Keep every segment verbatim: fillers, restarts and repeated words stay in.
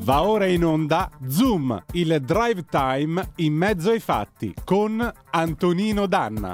Va ora in onda Zoom, il drive time in mezzo ai fatti con Antonino Danna.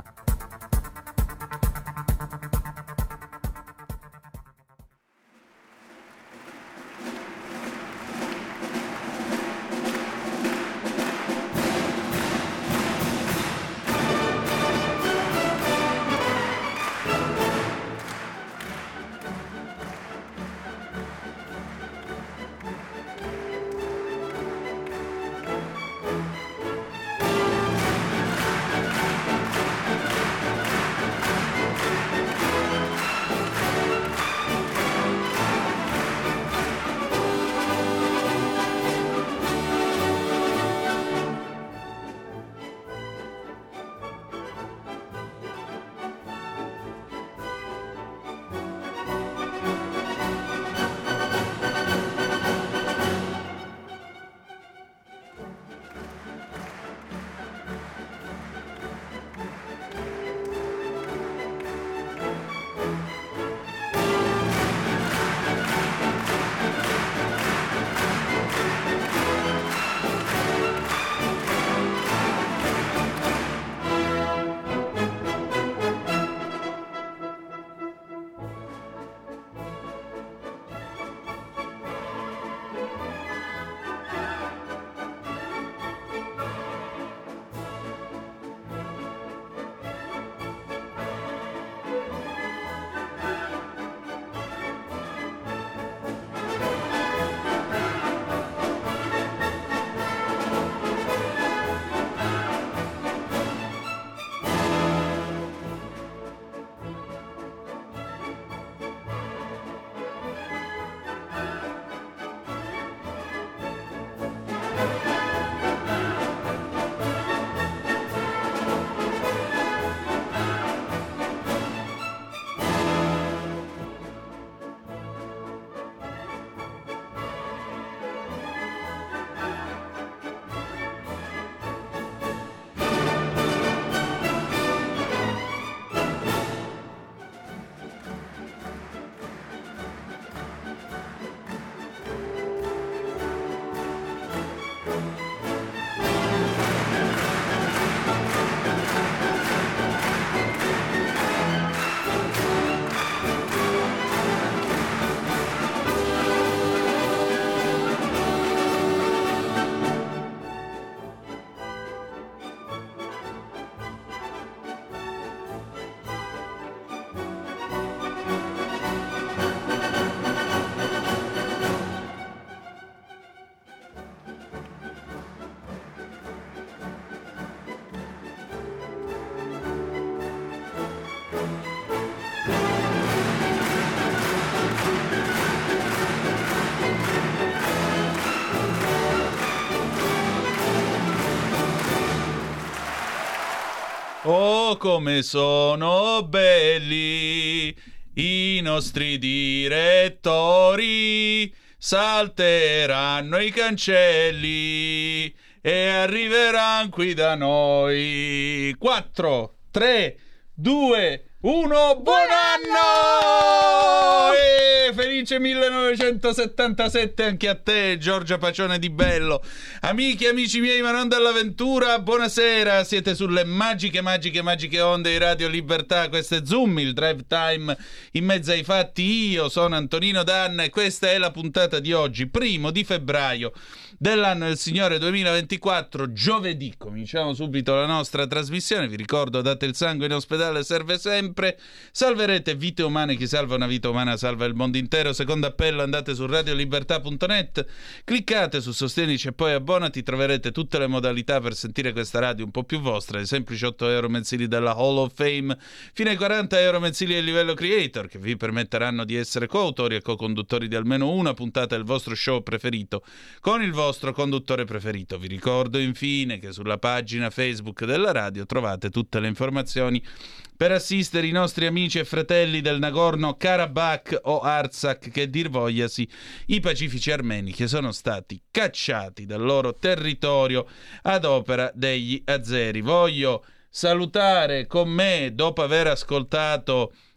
Oh, come sono belli i nostri direttori, salteranno i cancelli e arriveranno qui da noi. quattro, tre, due, uno, buon anno! E felice millenovecentosettantasette anche a te, Giorgia Pacione di Bello. Amiche e amici miei, ma non dall'avventura, buonasera. Siete sulle magiche, magiche, magiche onde di Radio Libertà. Questo è Zoom, il drive time in mezzo ai fatti. Io sono Antonino Danna e questa è la puntata di oggi, primo di febbraio dell'anno del Signore duemilaventiquattro, giovedì. Cominciamo subito la nostra trasmissione. Vi ricordo, date il sangue in ospedale, serve sempre. Salverete vite umane, chi salva una vita umana salva il mondo intero. Secondo appello, andate su radiolibertà punto net, cliccate su Sostienici e poi abbonati, troverete tutte le modalità per sentire questa radio un po' più vostra, i semplici otto euro mensili della Hall of Fame fino ai quaranta euro mensili del livello creator, che vi permetteranno di essere coautori e co-conduttori di almeno una puntata del vostro show preferito con il vostro conduttore preferito. Vi ricordo infine che sulla pagina Facebook della radio trovate tutte le informazioni per assistere i nostri amici e fratelli del Nagorno-Karabakh o Artsakh, che dir vogliasi, i pacifici armeni che sono stati cacciati dal loro territorio ad opera degli azeri. Voglio salutare con me, dopo aver ascoltato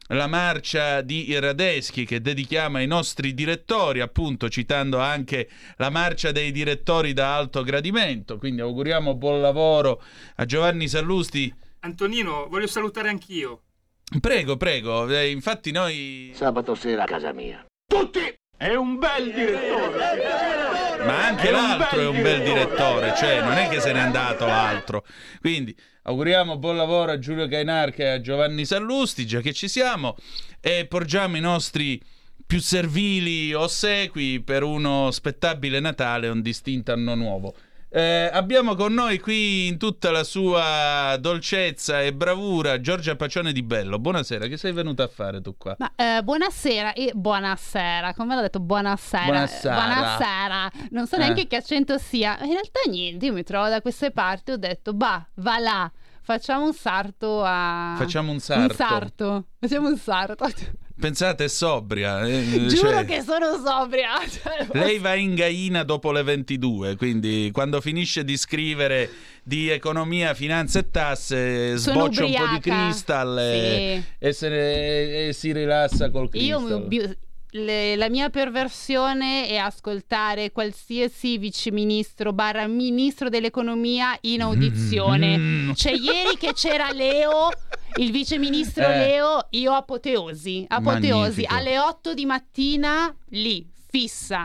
la marcia di Radetzky che dedichiamo ai nostri direttori, appunto citando anche la marcia dei direttori da alto gradimento. Quindi auguriamo buon lavoro a Giovanni Sallusti. Antonino, voglio salutare anch'io. Prego, prego, eh, infatti noi... Sabato sera a casa mia. Tutti! È un bel direttore! Ma anche è l'altro un è un bel direttore, cioè non è che se n'è andato l'altro. Quindi auguriamo buon lavoro a Giulio Cainarca e a Giovanni Sallusti, già che ci siamo, e porgiamo i nostri più servili ossequi per uno spettabile Natale e un distinto anno nuovo. Eh, abbiamo con noi qui in tutta la sua dolcezza e bravura Giorgia Pacione di Bello. Buonasera, che sei venuta a fare tu qua? Ma, eh, buonasera e buonasera, come l'ho detto, buonasera. Buonasera. Buonasera. Non so neanche Eh. che accento sia. In realtà niente, io mi trovo da queste parti, ho detto, bah, va là, facciamo un sarto a... Facciamo un sarto. Un sarto, facciamo un sarto. Pensate, è sobria. eh, Giuro cioè, che sono sobria. Cioè, lei va in gaina dopo le ventidue, quindi quando finisce di scrivere di economia, finanza e tasse, Sono sboccia un po' di ubriaca. Crystal e, Sì. e, se ne- e si rilassa col Io Crystal. mi- le- la mia perversione è ascoltare qualsiasi viceministro barra ministro dell'economia in audizione. Mm. Cioè ieri che c'era Leo, il viceministro Eh. Leo, io apoteosi, apoteosi, Magnifico. alle otto di mattina lì, fissa,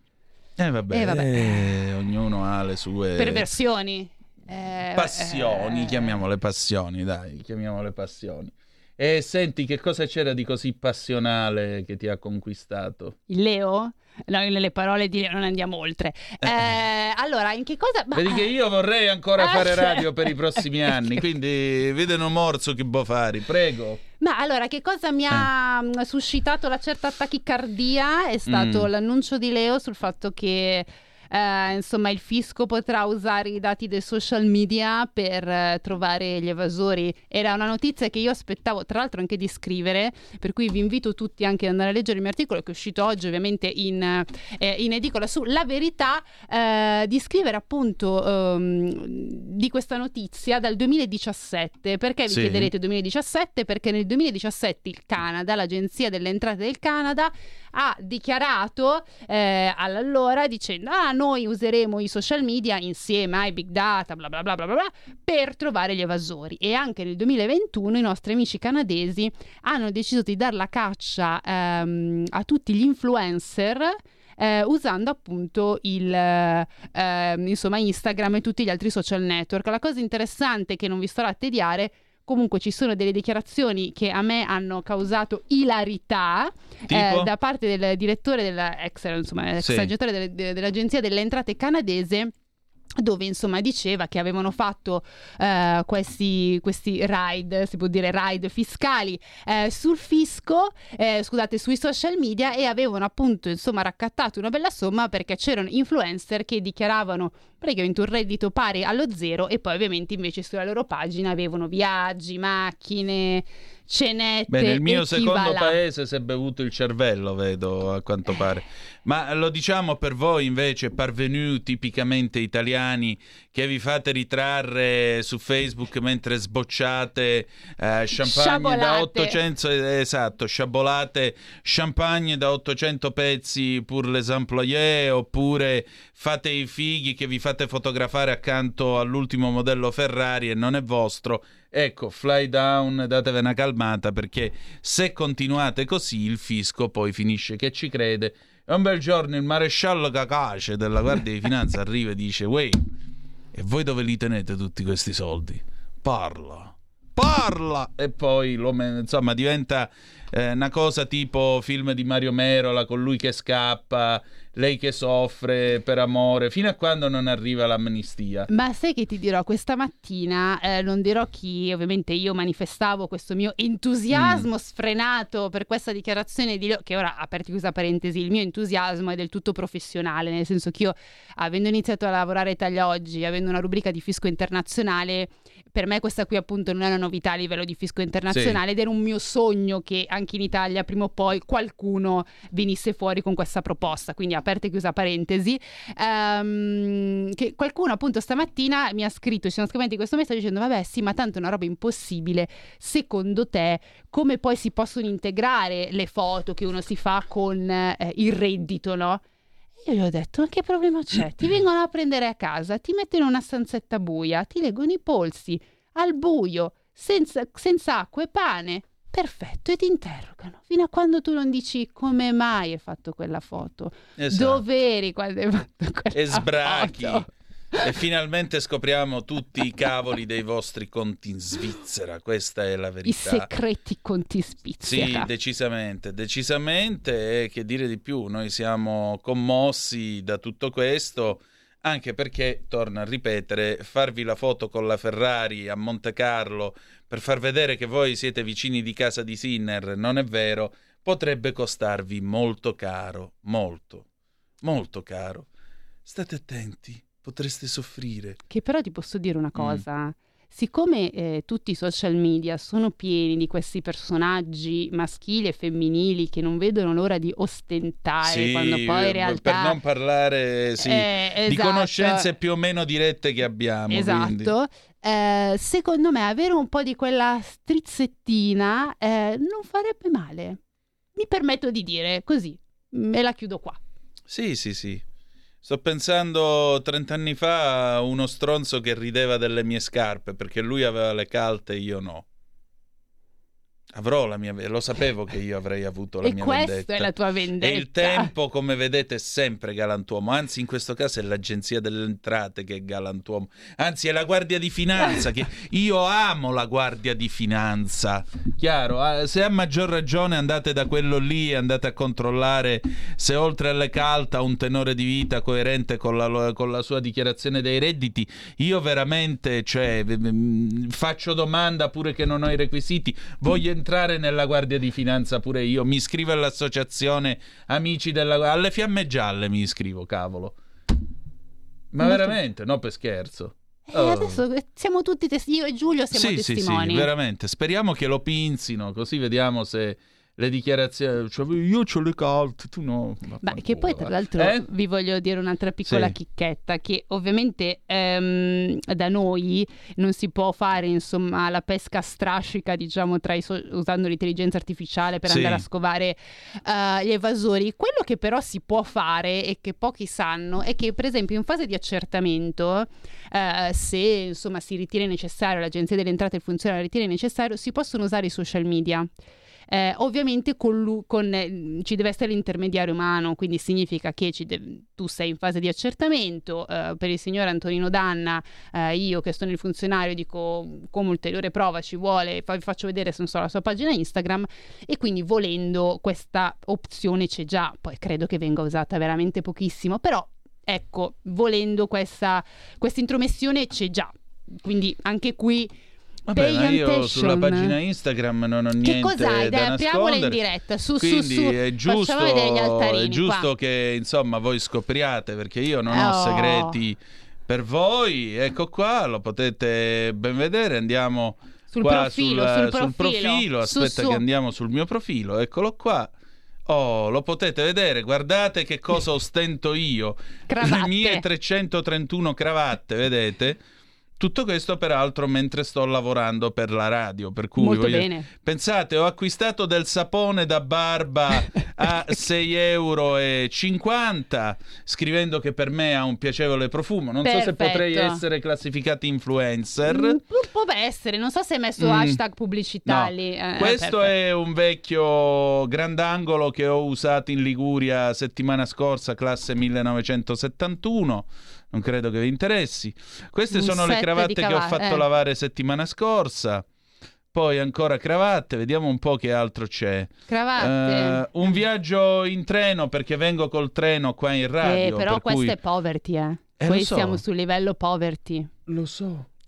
Eh vabbè, Eh, vabbè. eh, ognuno ha le sue perversioni. Eh, passioni, eh, chiamiamole passioni, dai, chiamiamole passioni. E senti, che cosa c'era di così passionale che ti ha conquistato? Il Leo? No, nelle parole di Leo non andiamo oltre. Eh, allora, in che cosa... ma- Vedi che io vorrei ancora Ah, fare sì. radio per i prossimi anni, quindi vedono morso che può fare, prego. Ma allora, che cosa mi ha mh, suscitato la certa tachicardia è stato Mm. l'annuncio di Leo sul fatto che eh, insomma il fisco potrà usare i dati dei social media per eh, trovare gli evasori. Era una notizia che io aspettavo tra l'altro anche di scrivere, per cui vi invito tutti anche ad andare a leggere il mio articolo che è uscito oggi ovviamente in, eh, in edicola su La Verità, eh, di scrivere appunto ehm, di questa notizia dal duemiladiciassette. Perché vi Sì. chiederete duemiladiciassette? Perché nel duemiladiciassette il Canada, l'Agenzia delle Entrate del Canada, ha dichiarato eh, all'allora dicendo ah noi useremo i social media insieme ai big data bla bla bla bla bla bla, per trovare gli evasori. E anche nel duemilaventuno i nostri amici canadesi hanno deciso di dar la caccia ehm, a tutti gli influencer eh, usando appunto il eh, ehm, insomma Instagram e tutti gli altri social network. La cosa interessante che non vi starò a tediare, comunque ci sono delle dichiarazioni che a me hanno causato ilarità Tipo? eh, da parte del direttore della ex, insomma, ex Sì. direttore delle- de- dell'Agenzia delle Entrate canadese, dove insomma diceva che avevano fatto eh, questi, questi ride, si può dire ride fiscali eh, sul fisco, eh, scusate, sui social media, e avevano appunto insomma raccattato una bella somma perché c'erano influencer che dichiaravano praticamente un reddito pari allo zero e poi ovviamente invece sulla loro pagina avevano viaggi, macchine, cenette. Beh, nel mio e chi secondo va là. paese si è bevuto il cervello, vedo, a quanto pare. Ma lo diciamo per voi invece, parvenu tipicamente italiani, che vi fate ritrarre su Facebook mentre sbocciate eh, champagne Sciabolate. da ottocento, eh, esatto, sciabolate champagne da ottocento pezzi pour les employés, oppure fate i fighi che vi fate fotografare accanto all'ultimo modello Ferrari e non è vostro. Ecco, fly down, datevi una calmata, perché se continuate così il fisco poi finisce che ci crede. E un bel giorno il maresciallo Cacace della Guardia di Finanza arriva e dice: "Uè, e voi dove li tenete tutti questi soldi? Parla, parla!" E poi lo me- insomma diventa eh, una cosa tipo film di Mario Merola, con lui che scappa, lei che soffre per amore, fino a quando non arriva l'amnistia. Ma sai che ti dirò, questa mattina, eh, non dirò chi, ovviamente io manifestavo questo mio entusiasmo Mm. sfrenato per questa dichiarazione di Leo, che ora, aperti chiusa parentesi, il mio entusiasmo è del tutto professionale, nel senso che io, avendo iniziato a lavorare a Italia Oggi, avendo una rubrica di fisco internazionale, per me questa qui appunto non è una novità a livello di fisco internazionale, sì. Ed era un mio sogno che anche in Italia prima o poi qualcuno venisse fuori con questa proposta, quindi aperta e chiusa parentesi. Um, che qualcuno appunto stamattina mi ha scritto, ci sono scritti questo messaggio dicendo vabbè sì, ma tanto è una roba impossibile, secondo te come poi si possono integrare le foto che uno si fa con eh, il reddito, no? Io gli ho detto, ma che problema c'è? Ti vengono a prendere a casa, ti mettono in una stanzetta buia, ti leggono i polsi, al buio, senza, senza acqua e pane, perfetto, e ti interrogano, fino a quando tu non dici come mai hai fatto quella foto, esatto. Dove eri quando hai fatto quella e sbrachi. foto? E finalmente scopriamo tutti i cavoli dei vostri conti in Svizzera, questa è la verità. I segreti conti Svizzera. Sì, decisamente, decisamente, e che dire di più, noi siamo commossi da tutto questo, anche perché, torno a ripetere, farvi la foto con la Ferrari a Monte Carlo per far vedere che voi siete vicini di casa di Sinner, non è vero, potrebbe costarvi molto caro, molto, molto caro. State attenti. Potreste soffrire. Che però ti posso dire una cosa, mm. siccome eh, tutti i social media sono pieni di questi personaggi maschili e femminili che non vedono l'ora di ostentare, sì, quando poi in realtà... per non parlare sì, eh, esatto. di conoscenze più o meno dirette che abbiamo. Esatto. Eh, secondo me avere un po' di quella strizzettina eh, non farebbe male. Mi permetto di dire così, me la chiudo qua. Sì, sì, sì. Sto pensando trent'anni fa uno stronzo che rideva delle mie scarpe perché lui aveva le calte e io no. Avrò la mia, lo sapevo che io avrei avuto la e mia vendetta. vendetta. E questa è la tua vendetta. E il tempo, come vedete, è sempre galantuomo. Anzi, in questo caso è l'Agenzia delle Entrate che è galantuomo. Anzi, è la Guardia di Finanza che io amo la Guardia di Finanza. Chiaro? Se a maggior ragione andate da quello lì e andate a controllare se oltre alle calte ha un tenore di vita coerente con la, con la sua dichiarazione dei redditi. Io veramente, cioè, faccio domanda pure che non ho i requisiti. Voglio entrare nella Guardia di Finanza pure io, mi iscrivo all'associazione Amici della alle Fiamme Gialle, mi iscrivo, cavolo, ma molto... veramente, no per scherzo. Eh, oh. Adesso siamo tutti tes- io e Giulio siamo sì, testimoni. Sì, sì, veramente, speriamo che lo pinzino, così vediamo se le dichiarazioni, cioè, io c'ho le calte, tu no. Ma che poi tra l'altro eh? vi voglio dire un'altra piccola sì. chicchetta, che ovviamente ehm, da noi non si può fare insomma la pesca strascica, diciamo, tra i so- usando l'intelligenza artificiale per sì. andare a scovare uh, gli evasori. Quello che però si può fare e che pochi sanno è che per esempio in fase di accertamento uh, se insomma si ritiene necessario, l'Agenzia delle Entrate e il funzionario ritiene necessario, si possono usare i social media. Eh, ovviamente con, lui, con eh, ci deve essere l'intermediario umano, quindi significa che ci de- tu sei in fase di accertamento, eh, per il signor Antonino Danna, eh, io che sono il funzionario dico come ulteriore prova ci vuole, vi faccio vedere se non so la sua pagina Instagram, e quindi volendo questa opzione c'è già, poi credo che venga usata veramente pochissimo, però ecco, volendo questa questa intromissione c'è già, quindi anche qui vabbè, ma io sulla pagina Instagram non ho niente che cos'hai? da Dai, apriamola in nascondere. diretta su, quindi su, su. è giusto, facciamo vedere gli altarini, è giusto qua. Che insomma voi scopriate, perché io non oh. ho segreti per voi. Ecco qua, lo potete ben vedere. Andiamo sul qua profilo, sul, sul sul profilo. profilo. Aspetta su, su. che andiamo sul mio profilo, eccolo qua. Oh, lo potete vedere, guardate che cosa ostento io. Cravatte. Le mie trecentotrentuno cravatte, vedete? Tutto questo peraltro mentre sto lavorando per la radio, per cui molto voglio... bene. Pensate, ho acquistato del sapone da barba a sei euro e cinquanta, scrivendo che per me ha un piacevole profumo. Non perfetto. So se potrei essere classificato influencer. Mm, può essere, non so se hai messo mm. hashtag pubblicità no. lì. Eh, questo perfetto. È un vecchio grandangolo che ho usato in Liguria settimana scorsa, classe millenovecentosettantuno. Non credo che vi interessi. Queste un sono le cravatte cav- che ho fatto eh. lavare settimana scorsa. Poi ancora cravatte, vediamo un po' che altro c'è. Cravatte. Uh, un viaggio in treno, perché vengo col treno qua in radio. Eh, però per questo cui... è poverty, eh. eh Qui so. siamo sul livello poverty. Lo so.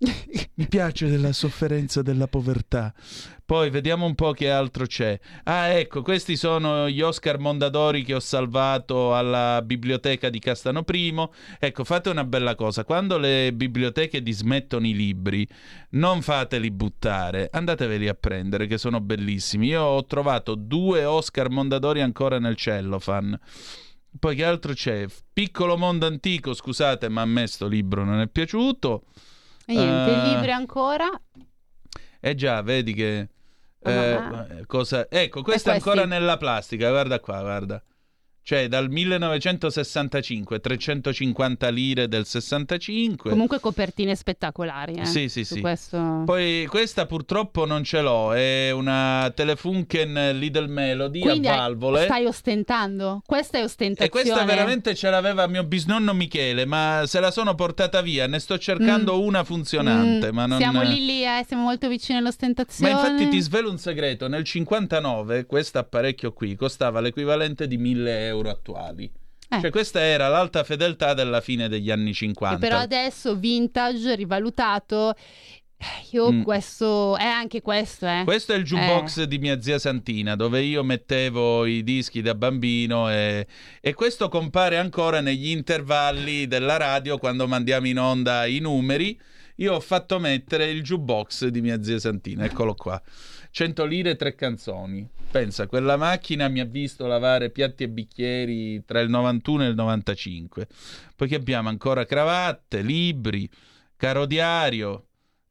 Mi piace della sofferenza della povertà. Poi vediamo un po' che altro c'è. Ah, ecco, questi sono gli Oscar Mondadori che ho salvato alla biblioteca di Castano Primo. Ecco, fate una bella cosa. Quando le biblioteche dismettono i libri, non fateli buttare. Andateveli a prendere, che sono bellissimi. Io ho trovato due Oscar Mondadori ancora nel cellophane. Poi che altro c'è? Piccolo mondo antico, scusate, ma a me sto libro non è piaciuto. E niente, Uh, libri ancora? Eh già, vedi che... Eh, Ah. cosa... Ecco, questo è questi? ancora nella plastica, guarda qua, guarda. Cioè, dal millenovecentosessantacinque, trecentocinquanta lire del sessantacinque. Comunque copertine spettacolari, eh. Sì, sì, Su sì. questo... Poi questa purtroppo non ce l'ho, è una Telefunken Lidl Melody Quindi a hai- valvole. stai ostentando? Questa è ostentazione. E questa veramente ce l'aveva mio bisnonno Michele, ma se la sono portata via, ne sto cercando Mm. una funzionante. Mm, ma non... Siamo lì lì, eh, siamo molto vicini Ma all'ostentazione. infatti ti svelo un segreto, nel cinquantanove questo apparecchio qui costava l'equivalente di mille euro attuali. Eh. Cioè questa era l'alta fedeltà della fine degli anni E cinquanta. però adesso vintage, rivalutato. Io Mm. questo... È anche questo, eh. Questo è il jukebox di mia zia Santina, dove io mettevo i dischi da bambino e, e questo compare ancora negli intervalli della radio quando mandiamo in onda i numeri. Io ho fatto mettere il jukebox di mia zia Santina, eccolo qua. cento lire, tre canzoni. Pensa, quella macchina mi ha visto lavare piatti e bicchieri tra il novantuno e il novantacinque. Poi che abbiamo ancora cravatte, libri, caro diario,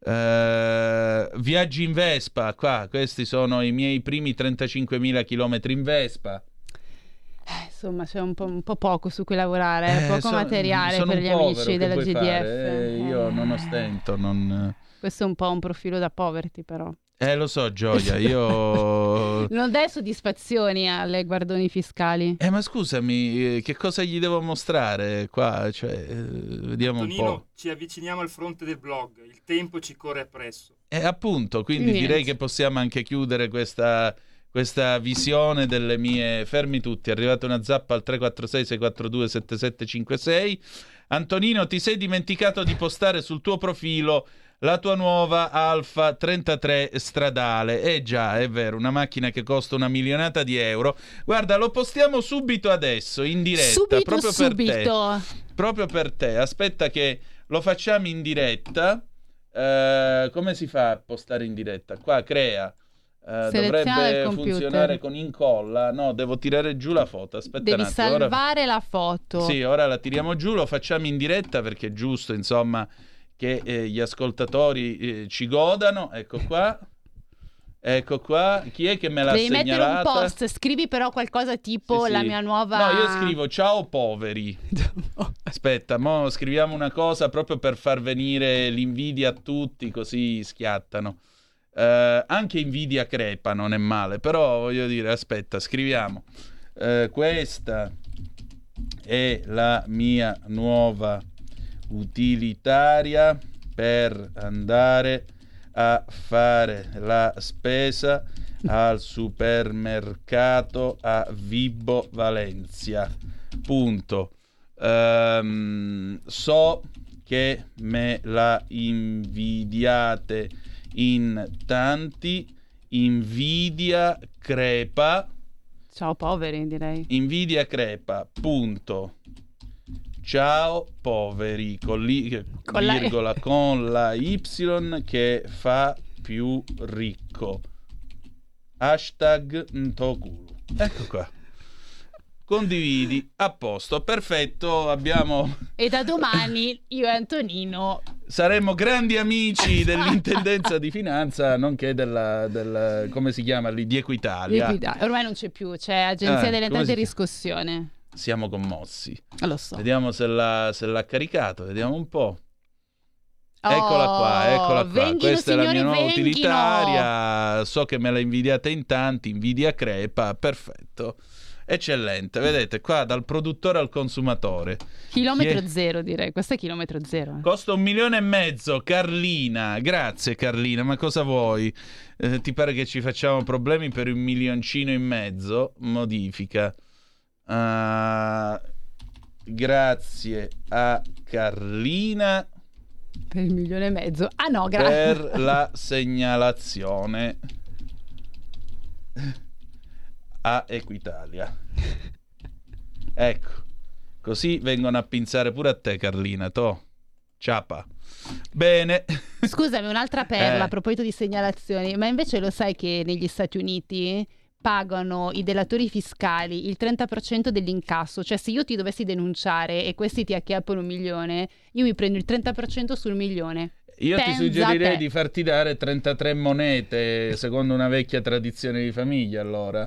eh, viaggi in Vespa. Qua, questi sono i miei primi trentacinquemila chilometri in Vespa. Eh, Insomma, c'è un po', un po' poco su cui lavorare, Eh, poco sono- materiale sono per un gli povero, amici che della vuoi G D F. fare? Eh, io Eh, non ostento, non... Questo è un po' un profilo da poverty, però. Eh, lo so, Gioia, io... Non dai soddisfazioni alle guardoni fiscali. Eh, ma scusami, eh, che cosa gli devo mostrare qua? Cioè, eh, vediamo un po'. Tonino, ci avviciniamo al fronte del blog, il tempo ci corre appresso. Eh, appunto, quindi Niente. direi che possiamo anche chiudere questa, questa visione delle mie... Fermi tutti, è arrivata una zappa al tre quattro sei sei quattro due sette sette cinque sei. Antonino, ti sei dimenticato di postare sul tuo profilo la tua nuova Alfa trentatré stradale. Eh già, è vero, una macchina che costa una milionata di euro. Guarda, lo postiamo subito adesso, in diretta, Subito, proprio subito. per te. Proprio per te. Aspetta che lo facciamo in diretta. Eh, come si fa a postare in diretta? Qua crea. Eh, Seleziona dovrebbe il computer. funzionare con incolla. No, devo tirare giù la foto. Aspetta Devi un attimo. Ora- salvare la foto. Sì, ora la tiriamo giù, lo facciamo in diretta perché è giusto, insomma, che eh, gli ascoltatori eh, ci godano. Ecco qua. Ecco qua. Chi è che me l'ha Devi mettere un segnalata? post, scrivi però qualcosa tipo Sì, sì. la mia nuova... No, io scrivo ciao poveri. Aspetta, mo scriviamo una cosa proprio per far venire l'invidia a tutti, così schiattano. Eh, anche invidia crepa, non è male, però voglio dire, aspetta, scriviamo. Eh, questa è la mia nuova utilitaria per andare a fare la spesa al supermercato a Vibo Valencia. Punto. Ehm, so che me la invidiate in tanti. Invidia crepa. Ciao poveri, direi. Invidia crepa. Punto. Ciao poveri, con, li, Con la- virgola, con la Y che fa più ricco. Hashtag Ntokulu. Ecco qua. Condividi, a posto, perfetto, abbiamo... E da domani io e Antonino... Saremmo grandi amici dell'intendenza di finanza, nonché della, del, come si chiama lì, di Equitalia. Equità. Ormai non c'è più, c'è Agenzia Eh, delle come Entrate si e chiama? Riscossione. Siamo commossi. Lo so. Vediamo se l'ha, se l'ha caricato, vediamo un po'. Eccola qua, eccola qua. Venghino, Questa è la mia signori, nuova venghino. utilitaria. So che me la invidiate in tanti, invidia crepa, perfetto. Eccellente, vedete qua dal produttore al consumatore. Chilometro Chi è? zero, direi. Questo è chilometro zero. eh. Costa un milione e mezzo, Carlina. Grazie Carlina, ma cosa vuoi? Eh, ti pare che ci facciamo problemi per un milioncino e mezzo? Modifica. Ah, grazie a Carlina. Per il milione e mezzo. Ah no, grazie. Per la segnalazione a Equitalia. Ecco, così vengono a pinzare pure a te, Carlina, to. Ciapa. Bene. Scusami, un'altra perla Eh. a proposito di segnalazioni, ma invece lo sai che negli Stati Uniti pagano i delatori fiscali il trenta per cento dell'incasso, cioè se io ti dovessi denunciare e questi ti acchiappano un milione, io mi prendo il trenta per cento sul milione. Io ti Pensa suggerirei te. di farti dare trentatré monete, secondo una vecchia tradizione di famiglia, allora.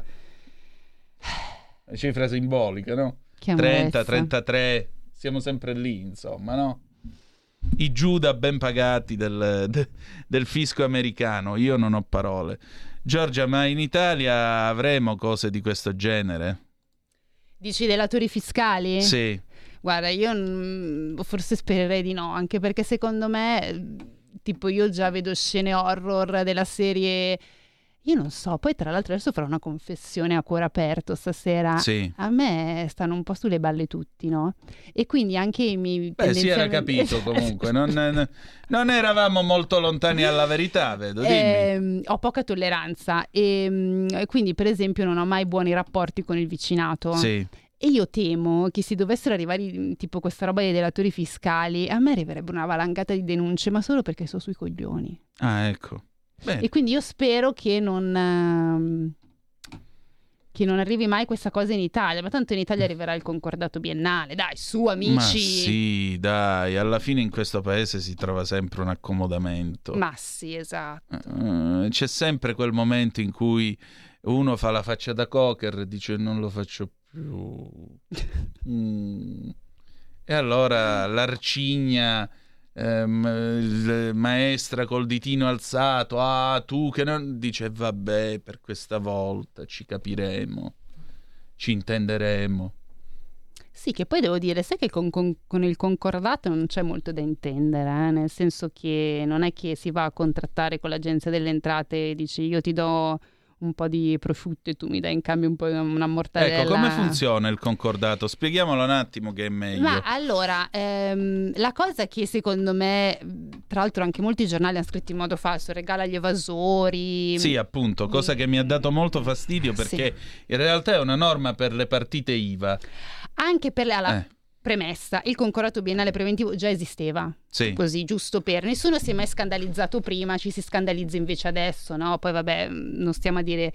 Una cifra simbolica, no? Che trenta, amarezza. trentatré, siamo sempre lì, insomma, no? I Giuda ben pagati del, de- del fisco americano. Io non ho parole. Giorgia, ma in Italia avremo cose di questo genere? Dici delatori fiscali? Sì. Guarda, io mm, forse spererei di no, anche perché secondo me, tipo, io già vedo scene horror della serie. Io non so, poi tra l'altro adesso farò una confessione a cuore aperto stasera. Sì. A me stanno un po' sulle balle tutti, no? E quindi anche i miei Beh, si era tendenzialmente- capito comunque. Non, non eravamo molto lontani alla verità, vedo. Dimmi. Ehm, ho poca tolleranza e mm, e quindi per esempio non ho mai buoni rapporti con il vicinato. Sì. E io temo che se dovessero arrivare mm, tipo questa roba dei delatori fiscali, a me arriverebbe una valangata di denunce, ma solo perché sono sui coglioni. Ah, ecco. Bene. E quindi io spero che non ehm, che non arrivi mai questa cosa in Italia, ma tanto in Italia arriverà il concordato biennale, dai, su amici. Ma sì, dai, alla fine in questo paese si trova sempre un accomodamento. Ma sì, esatto. Eh, c'è sempre quel momento in cui uno fa la faccia da cocker e dice non lo faccio più. Mm. E allora l'arcigna, ehm, il maestra col ditino alzato, ah tu che non, dice vabbè, per questa volta ci capiremo, ci intenderemo. Sì, che poi devo dire, sai che con, con- con il concordato non c'è molto da intendere, eh? Nel senso che non è che si va a contrattare con l'agenzia delle entrate e dici io ti do un po' di prosciutto e tu mi dai in cambio un po' una mortadella. Ecco, come funziona il concordato? Spieghiamolo un attimo che è meglio. Ma allora, ehm, la cosa che secondo me, tra l'altro anche molti giornali hanno scritto in modo falso, regala agli evasori. Sì, appunto, cosa che mi ha dato molto fastidio perché in realtà è una norma per le partite I V A. Anche per la, la Eh. premessa, il concordato biennale preventivo già esisteva. Sì. Così, giusto per. Nessuno si è mai scandalizzato prima, ci si scandalizza invece adesso, no? Poi vabbè, non stiamo a dire.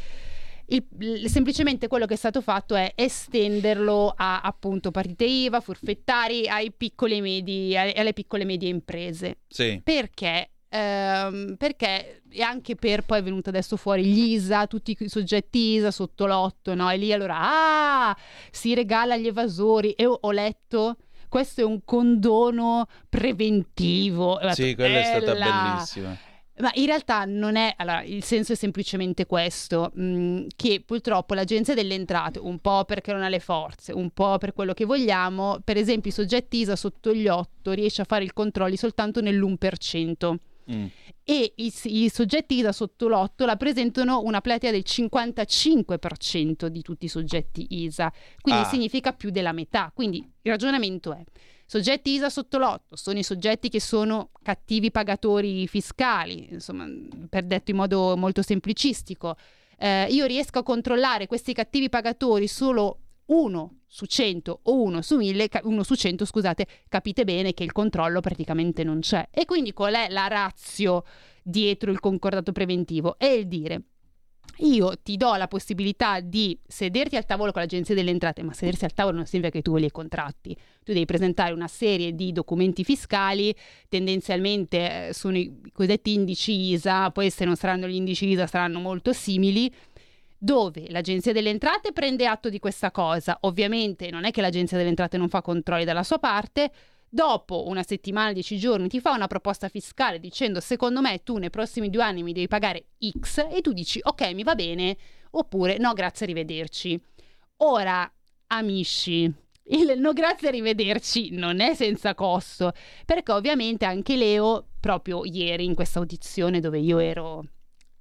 Il- il- semplicemente quello che è stato fatto è estenderlo a appunto partite I V A, forfettari, ai piccoli e medi, alle, alle piccole e medie imprese. Sì. Perché? Ehm, perché e anche per poi è venuto adesso fuori gli I S A, tutti i soggetti I S A sotto l'otto, no? E lì allora ah, si regala agli evasori e ho, ho letto questo è un condono preventivo. E ho Sì, detto, quella è stata "Ella". bellissima. Ma in realtà non è, allora il senso è semplicemente questo, mh, che purtroppo l'Agenzia delle Entrate, un po' perché non ha le forze, un po' per quello che vogliamo, per esempio i soggetti I S A sotto gli otto riesce a fare i controlli soltanto nell'uno per cento. Mm. E i, i soggetti I S A sotto l'otto rappresentano una platea del cinquantacinque per cento di tutti i soggetti I S A, quindi Ah. significa più della metà. Quindi il ragionamento è: soggetti I S A sotto l'otto sono i soggetti che sono cattivi pagatori fiscali, insomma, per detto in modo molto semplicistico. Eh, io riesco a controllare questi cattivi pagatori solo uno su cento o uno su mille, ca- uno su cento, scusate, capite bene che il controllo praticamente non c'è. E quindi qual è la ratio dietro il concordato preventivo? È il dire: io ti do la possibilità di sederti al tavolo con l'Agenzia delle Entrate, ma sedersi al tavolo non significa che tu vuoi i contratti. Tu devi presentare una serie di documenti fiscali, tendenzialmente eh, sono i cosiddetti indici I S A, poi se non saranno gli indici I S A saranno molto simili, dove l'Agenzia delle Entrate prende atto di questa cosa. Ovviamente non è che l'Agenzia delle Entrate non fa controlli dalla sua parte. Dopo una settimana, dieci giorni, ti fa una proposta fiscale dicendo: secondo me tu nei prossimi due anni mi devi pagare X, e tu dici ok, mi va bene, oppure no grazie, arrivederci. Ora, amici, il no grazie, arrivederci non è senza costo, perché ovviamente anche Leo, proprio ieri in questa audizione dove io ero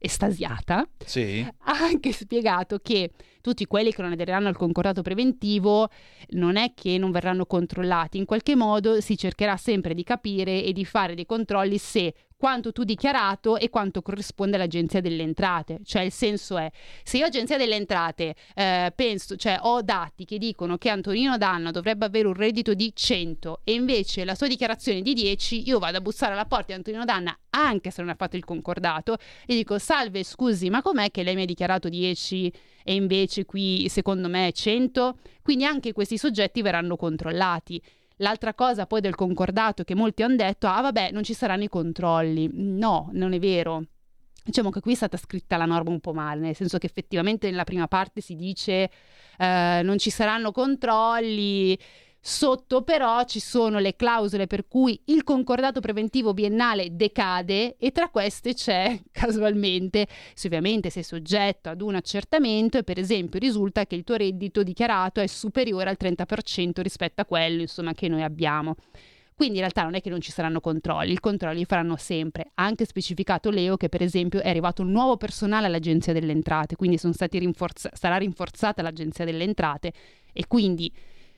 estasiata, Sì. ha anche spiegato che tutti quelli che non aderiranno al concordato preventivo non è che non verranno controllati, in qualche modo si cercherà sempre di capire e di fare dei controlli se quanto tu dichiarato e quanto corrisponde all'Agenzia delle Entrate. Cioè il senso è, se io Agenzia delle Entrate eh, penso, cioè ho dati che dicono che Antonino Danna dovrebbe avere un reddito di cento e invece la sua dichiarazione è di dieci, io vado a bussare alla porta di Antonino Danna anche se non ha fatto il concordato e dico: salve, scusi, ma com'è che lei mi ha dichiarato dieci e invece qui secondo me è cento? Quindi anche questi soggetti verranno controllati. L'altra cosa poi del concordato che molti hanno detto: ah vabbè, non ci saranno i controlli. No, non è vero. Diciamo che qui è stata scritta la norma un po' male, nel senso che effettivamente nella prima parte si dice eh, non ci saranno controlli. Sotto però ci sono le clausole per cui il concordato preventivo biennale decade e tra queste c'è casualmente se ovviamente sei soggetto ad un accertamento e per esempio risulta che il tuo reddito dichiarato è superiore al trenta per cento rispetto a quello insomma che noi abbiamo. Quindi in realtà non è che non ci saranno controlli, i controlli li faranno sempre. Ha anche specificato Leo che per esempio è arrivato un nuovo personale all'Agenzia delle Entrate, quindi sono stati rinforza- sarà rinforzata l'Agenzia delle Entrate e quindi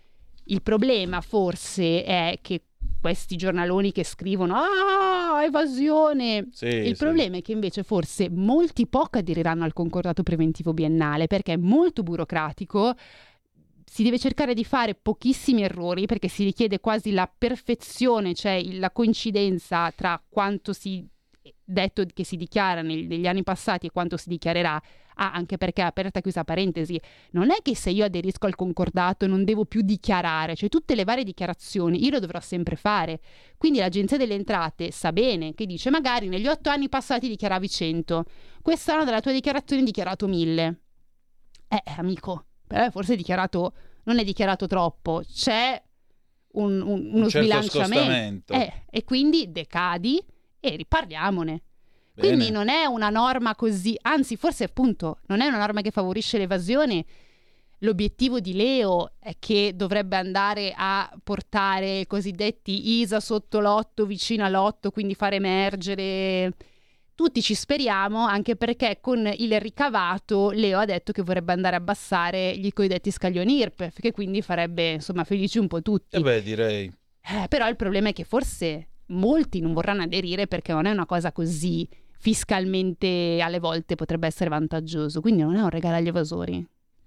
il problema forse è che questi giornaloni che scrivono ah evasione, Sì, il sì. problema è che invece forse molti poco aderiranno al concordato preventivo biennale perché è molto burocratico, si deve cercare di fare pochissimi errori perché si richiede quasi la perfezione, cioè la coincidenza tra quanto si detto che si dichiara nel, negli anni passati e quanto si dichiarerà. Ah, anche perché, aperta chiusa parentesi, non è che se io aderisco al concordato non devo più dichiarare, cioè tutte le varie dichiarazioni io lo dovrò sempre fare. Quindi l'Agenzia delle Entrate sa bene che dice magari negli otto anni passati dichiaravi cento, quest'anno dalla tua dichiarazione hai dichiarato mille. Eh, amico, però forse hai dichiarato, non è dichiarato troppo, c'è un, un, uno Un certo sbilanciamento. scostamento. Eh, e quindi decadi e riparliamone. Bene. Quindi non è una norma così, anzi forse appunto non è una norma che favorisce l'evasione. L'obiettivo di Leo è che dovrebbe andare a portare i cosiddetti I S A sotto l'otto, vicino all'otto, quindi far emergere. Tutti ci speriamo, anche perché con il ricavato Leo ha detto che vorrebbe andare a abbassare gli cosiddetti scaglioni I R P E F, che quindi farebbe insomma felici un po' tutti. E beh, direi. Eh, però il problema è che forse molti non vorranno aderire perché non è una cosa così fiscalmente, alle volte potrebbe essere vantaggioso, quindi non è un regalo agli evasori.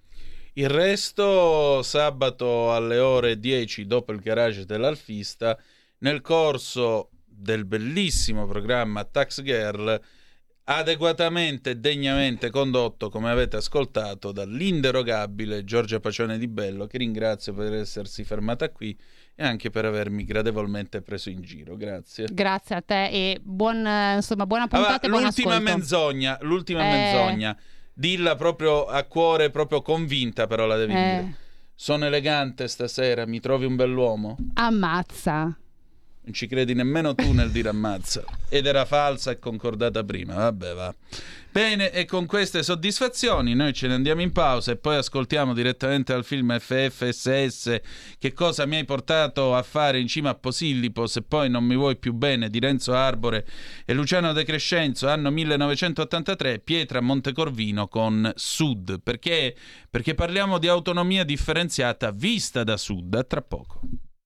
Il resto sabato alle ore dieci dopo il garage dell'Alfista, nel corso del bellissimo programma Tax Girl, adeguatamente e degnamente condotto, come avete ascoltato, dall'inderogabile Giorgia Pacione Di Bello, che ringrazio per essersi fermata qui e anche per avermi gradevolmente preso in giro. Grazie. Grazie a te e buon, insomma, buona puntata Allora, e buon l'ultima ascolto. menzogna, l'ultima Eh. menzogna. Dilla proprio a cuore, proprio convinta, però la devi Eh. dire. Sono elegante stasera, mi trovi un bell'uomo? Ammazza. Non ci credi nemmeno tu nel dire ammazza. Ed era falsa e concordata prima. Vabbè, va. Bene, e con queste soddisfazioni noi ce ne andiamo in pausa e poi ascoltiamo direttamente dal film F F S S Che cosa mi hai portato a fare in cima a Posillipo se poi non mi vuoi più bene, di Renzo Arbore e Luciano De Crescenzo, anno millenovecentottantatré, Pietra Montecorvino con Sud. Perché? Perché parliamo di autonomia differenziata vista da Sud. A tra poco.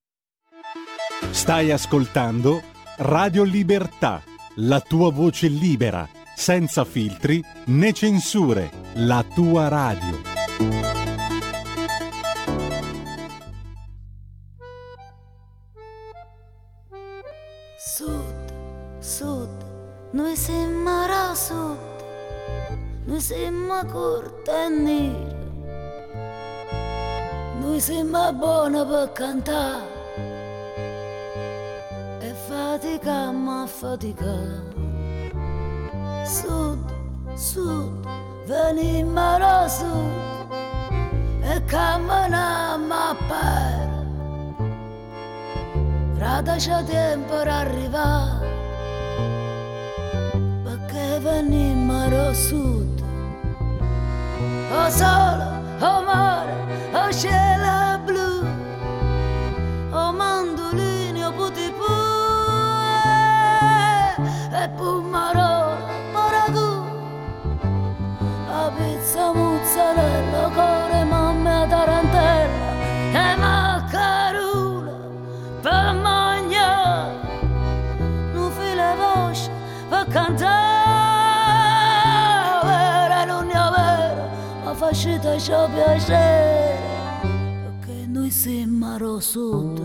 Stai ascoltando Radio Libertà, la tua voce libera, senza filtri né censure, la tua radio. Sud, sud, noi siamo a sud, noi siamo corti e neri, noi siamo buoni per cantare. E faticammo a faticare. Sud, sud, venimmo da sud e camminammo a per. Rada c'è tempo per arrivare, perché venimmo da sud. O sole, o mare, o cielo blu, o mandolini, o putipù, e pumarò, paragù, cantare, vera non è vera, ma facete ciò piacere, perché noi siamo a sud,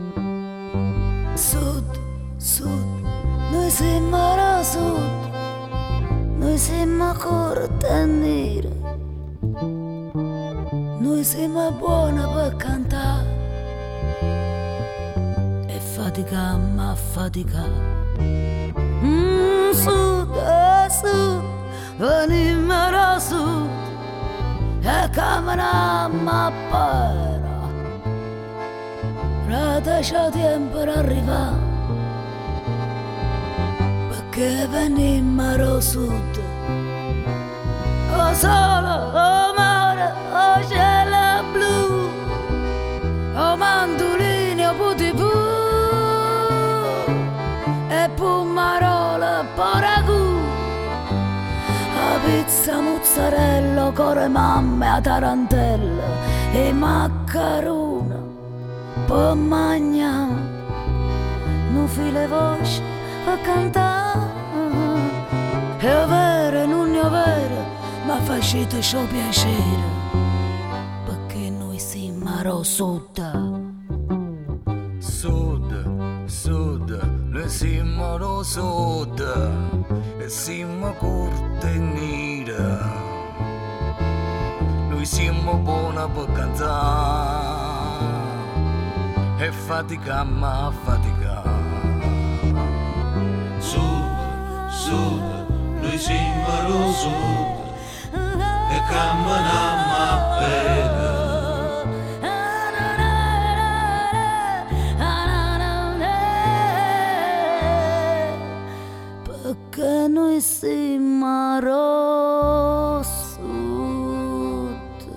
sud, sud, noi siamo a sud, noi siamo corte e nere, noi siamo buoni per cantare e faticammo a faticare. Mm, sud, eh, sud, venimmo da sud e camminammo a para, rata c'è tempo per arrivare, perché venimmo da sud. Oh sole, oh mare, oh cielo blu, oh mandolini, oh putipu, e pumarola, poragù, a pizza, mozzarella, core mamme, a tarantella, e maccarona, per mangiare, non file voce a cantare, è vero, non è vero, ma facete ciò piacere, perché noi siamo a sud. Sud, sud, noi siamo a sud, e siamo corte e nere, noi siamo buoni per cantare, e faticammo a faticare. Sud, sud, noi siamo a sud, e camminammo a pena, perché noi siamo a sud.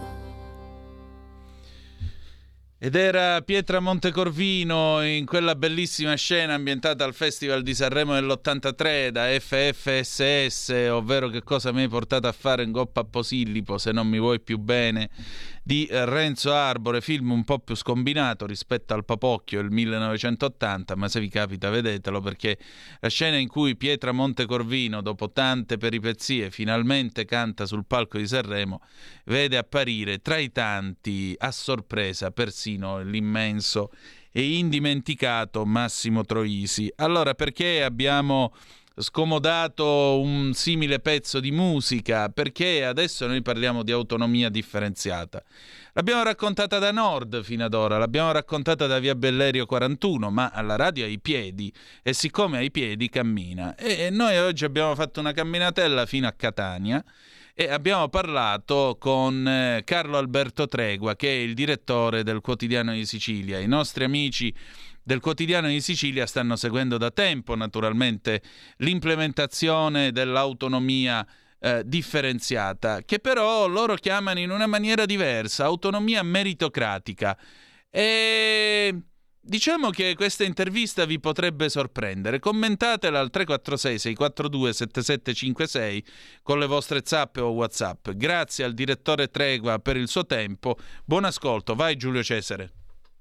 Ed era Pietra Montecorvino in quella bellissima scena ambientata al Festival di Sanremo dell'ottantatré da F F S S, ovvero Che cosa mi hai portato a fare in Goppa a Posillipo se non mi vuoi più bene, di Renzo Arbore, film un po' più scombinato rispetto al Papocchio del millenovecentottanta, ma se vi capita vedetelo, perché la scena in cui Pietra Montecorvino, dopo tante peripezie, finalmente canta sul palco di Sanremo, vede apparire tra i tanti, a sorpresa, persino l'immenso e indimenticato Massimo Troisi. Allora, perché abbiamo scomodato un simile pezzo di musica? Perché adesso noi parliamo di autonomia differenziata. L'abbiamo raccontata da Nord fino ad ora, l'abbiamo raccontata da Via Bellerio quarantuno, ma alla radio ai piedi, e siccome ai piedi cammina. E noi oggi abbiamo fatto una camminatella fino a Catania e abbiamo parlato con eh, Carlo Alberto Tregua, che è il direttore del Quotidiano di Sicilia. I nostri amici del Quotidiano di Sicilia stanno seguendo da tempo, naturalmente, l'implementazione dell'autonomia eh, differenziata, che però loro chiamano in una maniera diversa, autonomia meritocratica. E diciamo che questa intervista vi potrebbe sorprendere. Commentatela al tre quattro sei sei quattro due sette sette cinque sei con le vostre zappe o WhatsApp. Grazie al direttore Tregua per il suo tempo. Buon ascolto. Vai Giulio Cesare.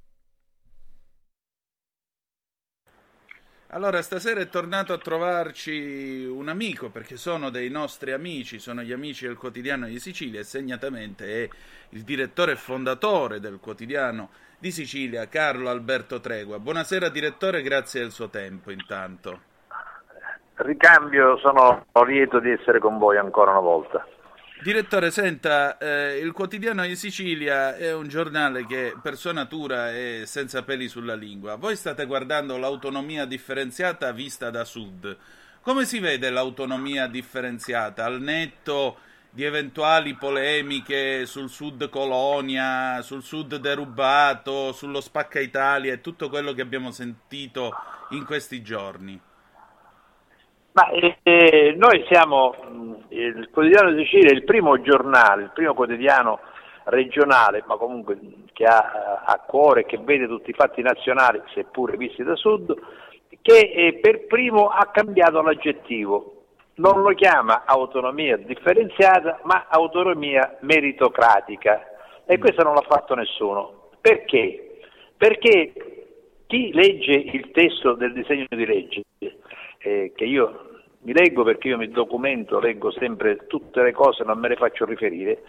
Allora, stasera è tornato a trovarci un amico, perché sono dei nostri amici, sono gli amici del Quotidiano di Sicilia, e segnatamente è il direttore e fondatore del Quotidiano di Sicilia, Carlo Alberto Tregua. Buonasera direttore, grazie del suo tempo intanto. Ricambio, sono lieto di essere con voi ancora una volta. Direttore, senta, eh, il Quotidiano di Sicilia è un giornale che per sua natura è senza peli sulla lingua. Voi state guardando l'autonomia differenziata vista da sud. Come si vede l'autonomia differenziata al netto di eventuali polemiche sul sud colonia, sul sud derubato, sullo spacca Italia e tutto quello che abbiamo sentito in questi giorni? Ma eh, noi siamo, il Quotidiano di Sicilia è il primo giornale, il primo quotidiano regionale, ma comunque che ha a cuore, che vede tutti i fatti nazionali, seppure visti da sud, che eh, per primo ha cambiato l'aggettivo. Non lo chiama autonomia differenziata, ma autonomia meritocratica. E questo non l'ha fatto nessuno. Perché? Perché chi legge il testo del disegno di legge, eh, che io mi leggo perché io mi documento, leggo sempre tutte le cose, non me le faccio riferire,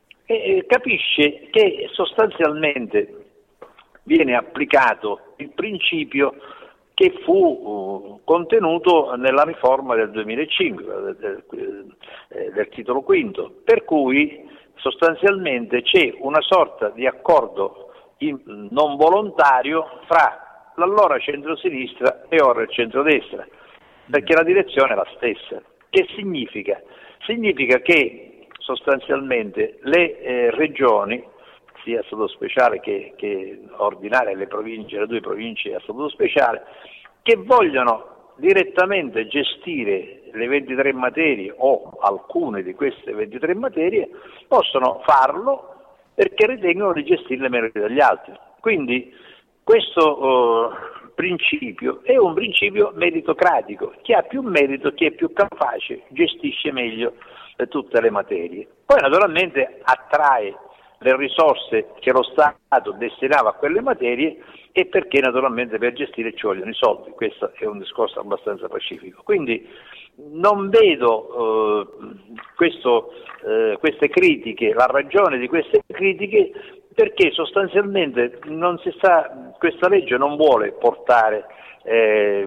e capisce che sostanzialmente viene applicato il principio che fu uh, contenuto nella riforma del duemilacinque, del, del, del titolo quinto, per cui sostanzialmente c'è una sorta di accordo in, non volontario fra l'allora centrosinistra e ora il centrodestra, perché la direzione è la stessa. Che significa? Significa che sostanzialmente le eh, regioni, sia a statuto speciale che, che ordinaria, le province, le due province a statuto speciale, che vogliono direttamente gestire le ventitré materie o alcune di queste ventitré materie, possono farlo perché ritengono di gestirle meglio degli altri. Quindi questo uh, principio è un principio meritocratico, chi ha più merito, chi è più capace, gestisce meglio eh, tutte le materie. Poi naturalmente attrae le risorse che lo Stato destinava a quelle materie e perché naturalmente per gestire ci vogliono i soldi. Questo è un discorso abbastanza pacifico. Quindi non vedo eh, questo, eh, queste critiche, la ragione di queste critiche, perché sostanzialmente non si sta, questa legge non vuole portare eh,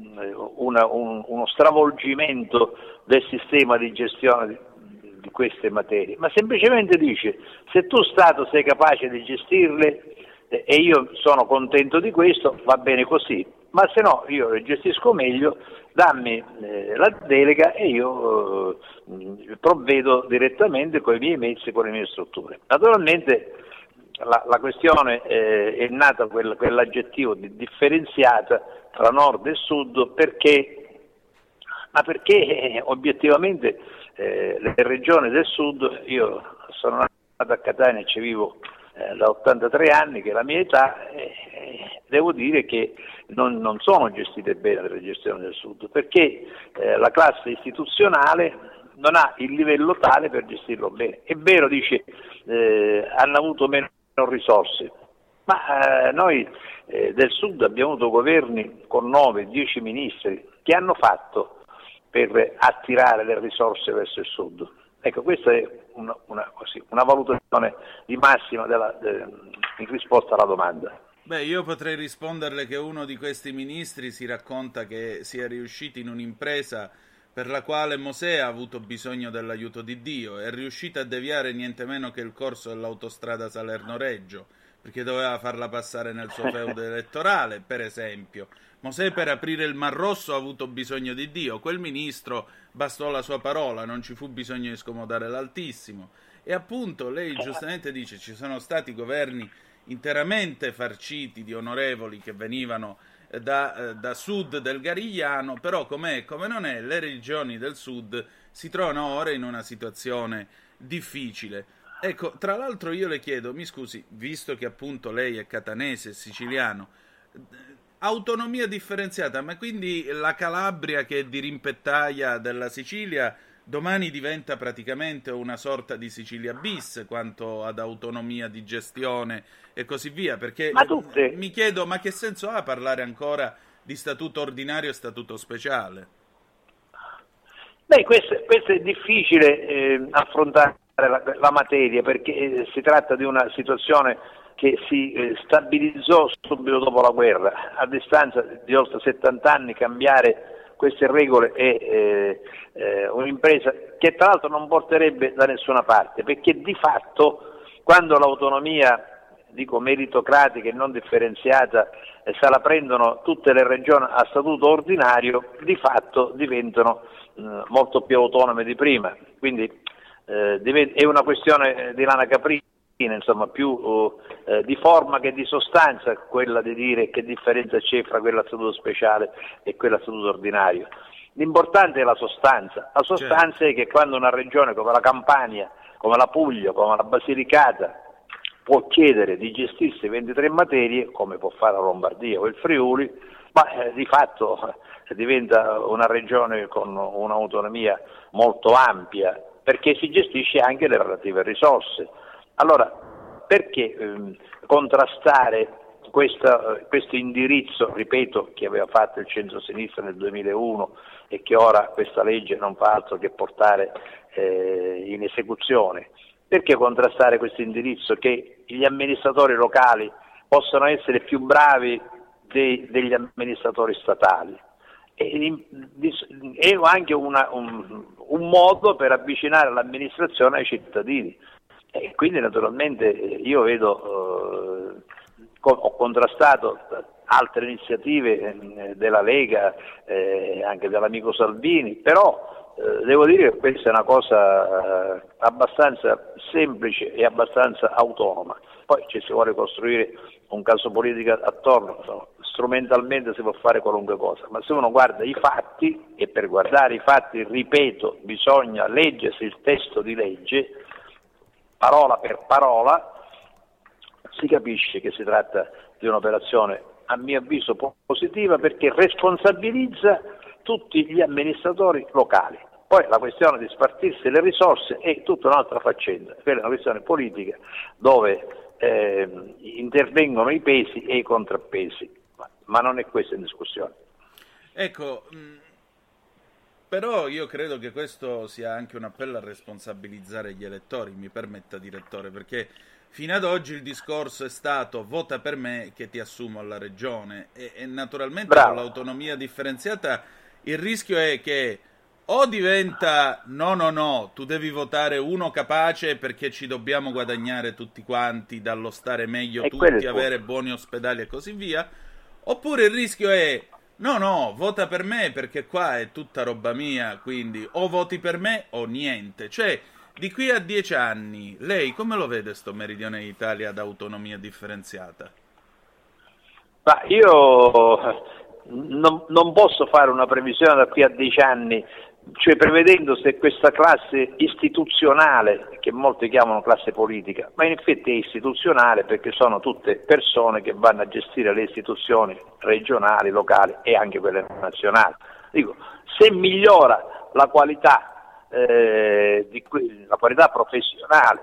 una, un, uno stravolgimento del sistema di gestione di, di queste materie, ma semplicemente dice: se tu Stato sei capace di gestirle eh, e io sono contento di questo, va bene così, ma se no io le gestisco meglio, dammi eh, la delega e io eh, provvedo direttamente con i miei mezzi, con le mie strutture. Naturalmente la, la questione eh, è nata quel, quell'aggettivo di differenziata tra nord e sud, perché, ma perché eh, obiettivamente eh, le regioni del sud, io sono nato a Catania e ci vivo eh, da ottantatré anni, che è la mia età, e eh, devo dire che non, non sono gestite bene le gestioni del sud, perché eh, la classe istituzionale non ha il livello tale per gestirlo bene. È vero, dice, eh, hanno avuto meno risorse, ma eh, noi eh, del sud abbiamo avuto governi con nove dieci ministri che hanno fatto per attirare le risorse verso il sud. Ecco, questa è una, una, così, una valutazione di massima della, de, in risposta alla domanda. Beh, io potrei risponderle che uno di questi ministri si racconta che sia riuscito in un'impresa per la quale Mosè ha avuto bisogno dell'aiuto di Dio, è riuscito a deviare niente meno che il corso dell'autostrada Salerno-Reggio, perché doveva farla passare nel suo feudo elettorale, per esempio. Mosè per aprire il Mar Rosso ha avuto bisogno di Dio, quel ministro bastò la sua parola, non ci fu bisogno di scomodare l'Altissimo. E appunto lei giustamente dice, ci sono stati governi interamente farciti di onorevoli che venivano Da, da sud del Garigliano, però com'è, come non è, le regioni del sud si trovano ora in una situazione difficile. Ecco, tra l'altro io le chiedo, mi scusi, visto che appunto lei è catanese, siciliano, autonomia differenziata, ma quindi la Calabria, che è dirimpettaia della Sicilia, domani diventa praticamente una sorta di Sicilia bis quanto ad autonomia di gestione e così via, perché ma tutte... mi chiedo, ma che senso ha parlare ancora di statuto ordinario e statuto speciale? Beh, questo, questo è difficile eh, affrontare la, la materia, perché eh, si tratta di una situazione che si eh, stabilizzò subito dopo la guerra. A distanza di oltre settanta anni cambiare queste regole è eh, eh, un'impresa che tra l'altro non porterebbe da nessuna parte, perché di fatto quando l'autonomia, dico meritocratica e non differenziata, eh, se la prendono tutte le regioni a statuto ordinario, di fatto diventano eh, molto più autonome di prima, quindi eh, divent- è una questione di lana caprina, insomma, più eh, di forma che di sostanza, quella di dire che differenza c'è fra quella a statuto speciale e quella a statuto ordinario. L'importante è la sostanza. La sostanza certo. È che quando una regione come la Campania, come la Puglia, come la Basilicata può chiedere di gestirsi ventitré materie, come può fare la Lombardia o il Friuli, ma eh, di fatto eh, diventa una regione con un'autonomia molto ampia, perché si gestisce anche le relative risorse. Allora, perché ehm, contrastare questa, questo indirizzo, ripeto, che aveva fatto il centro-sinistra nel duemilauno e che ora questa legge non fa altro che portare eh, in esecuzione. Perché contrastare questo indirizzo che gli amministratori locali possano essere più bravi dei, degli amministratori statali? E, è anche una, un, un modo per avvicinare l'amministrazione ai cittadini. E quindi naturalmente io vedo, eh, ho contrastato altre iniziative della Lega, eh, anche dell'amico Salvini, però eh, devo dire che questa è una cosa eh, abbastanza semplice e abbastanza autonoma. Poi ci si vuole costruire un caso politico attorno, insomma, strumentalmente si può fare qualunque cosa, ma se uno guarda i fatti, e per guardare i fatti, ripeto, bisogna leggersi il testo di legge, parola per parola, si capisce che si tratta di un'operazione, a mio avviso, positiva, perché responsabilizza tutti gli amministratori locali. Poi la questione di spartirsi le risorse è tutta un'altra faccenda, quella è una questione politica dove eh, intervengono i pesi e i contrappesi, ma, ma non è questa in discussione. Ecco, mh, però io credo che questo sia anche un appello a responsabilizzare gli elettori, mi permetta, direttore, perché fino ad oggi il discorso è stato vota per me che ti assumo alla regione e, e naturalmente Bravo. Con l'autonomia differenziata il rischio è che o diventa no no no, tu devi votare uno capace perché ci dobbiamo guadagnare tutti quanti dallo stare meglio e tutti, avere buoni ospedali e così via, oppure il rischio è no no, vota per me perché qua è tutta roba mia, quindi o voti per me o niente. Cioè, di qui a dieci anni, lei come lo vede sto Meridione d'Italia ad autonomia differenziata? Ma io non, non posso fare una previsione da qui a dieci anni, cioè prevedendo se questa classe istituzionale, che molti chiamano classe politica, ma in effetti è istituzionale perché sono tutte persone che vanno a gestire le istituzioni regionali, locali e anche quelle nazionali. Dico, se migliora la qualità Eh, di que- la qualità professionale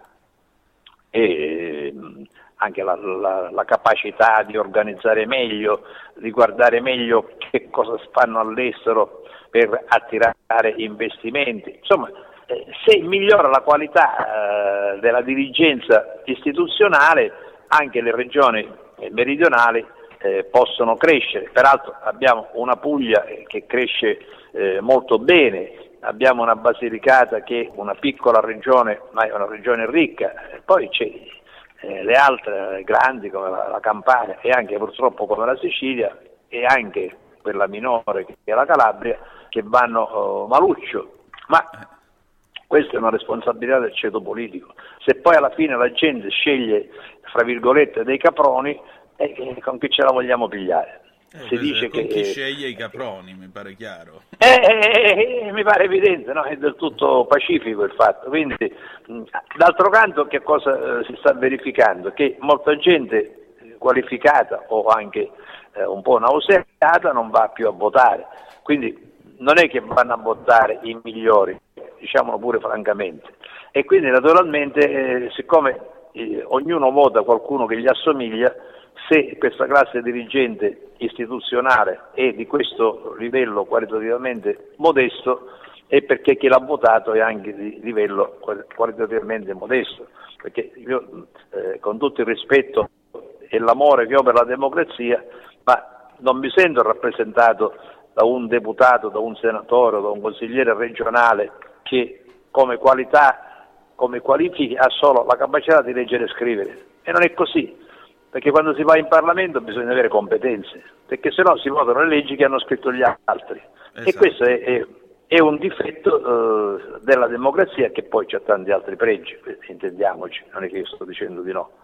e anche la, la, la capacità di organizzare meglio, di guardare meglio che cosa fanno all'estero per attirare investimenti, insomma eh, se migliora la qualità eh, della dirigenza istituzionale anche le regioni meridionali eh, possono crescere. Peraltro abbiamo una Puglia che cresce eh, molto bene, abbiamo una Basilicata che è una piccola regione, ma è una regione ricca, poi c'è eh, le altre grandi come la, la Campania e anche purtroppo come la Sicilia e anche quella minore che è la Calabria che vanno oh, maluccio, ma questa è una responsabilità del ceto politico. Se poi alla fine la gente sceglie, fra virgolette, dei caproni, eh, con chi ce la vogliamo pigliare? Eh, si dice con che chi sceglie i caproni, mi pare chiaro. Eh, eh, eh, mi pare evidente, no? È del tutto pacifico il fatto. Quindi, mh, d'altro canto, che cosa eh, si sta verificando? Che molta gente qualificata o anche eh, un po' nauseata non va più a votare. Quindi non è che vanno a votare i migliori, diciamolo pure francamente. E quindi naturalmente, eh, siccome eh, ognuno vota qualcuno che gli assomiglia, se questa classe dirigente istituzionale è di questo livello qualitativamente modesto è perché chi l'ha votato è anche di livello qualitativamente modesto, perché io eh, con tutto il rispetto e l'amore che ho per la democrazia, ma non mi sento rappresentato da un deputato, da un senatore, da un consigliere regionale che come qualità, come qualifiche ha solo la capacità di leggere e scrivere, e non è così. Perché quando si va in Parlamento bisogna avere competenze, perché sennò si votano le leggi che hanno scritto gli altri. Esatto. E questo è, è, è un difetto eh, della democrazia che poi c'ha tanti altri pregi, intendiamoci, non è che io sto dicendo di no.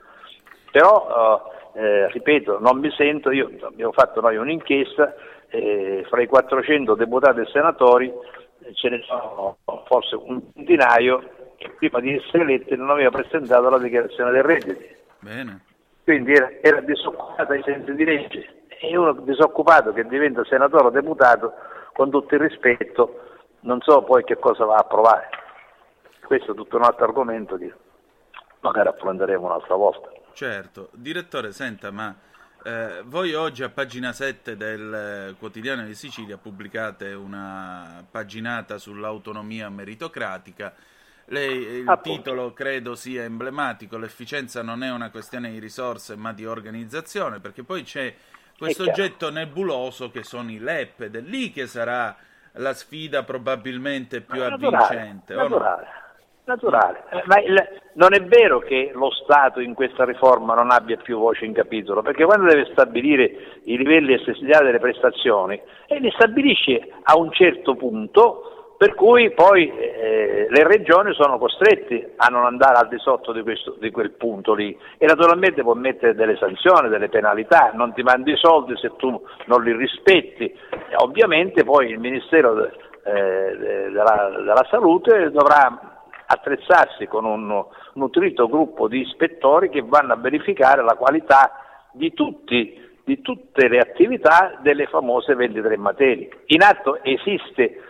Però, eh, ripeto, non mi sento, io abbiamo fatto noi un'inchiesta, eh, fra i quattrocento deputati e senatori ce ne sono forse un centinaio che prima di essere eletti non aveva presentato la dichiarazione dei redditi. Bene. Quindi era, era disoccupato ai sensi di legge, e uno disoccupato che diventa senatore o deputato, con tutto il rispetto, non so poi che cosa va a provare. Questo è tutto un altro argomento che magari affronteremo un'altra volta. Certo. Direttore, senta, ma Eh, voi oggi a pagina sette del Quotidiano di Sicilia pubblicate una paginata sull'autonomia meritocratica. Lei, il Appunto. titolo credo sia emblematico: l'efficienza non è una questione di risorse ma di organizzazione, perché poi c'è questo oggetto nebuloso che sono i L E P ed è lì che sarà la sfida probabilmente più naturale, avvincente. naturale, naturale. Eh, ma il, non è vero che lo Stato in questa riforma non abbia più voce in capitolo, perché quando deve stabilire i livelli essenziali delle prestazioni, e li stabilisce a un certo punto, per cui poi eh, le regioni sono costrette a non andare al di sotto di, questo, di quel punto lì, e naturalmente può mettere delle sanzioni, delle penalità, non ti mandi i soldi se tu non li rispetti. E ovviamente poi il Ministero eh, della, della Salute dovrà attrezzarsi con un nutrito gruppo di ispettori che vanno a verificare la qualità di tutti, di tutte le attività delle famose ventitré materie. In atto esiste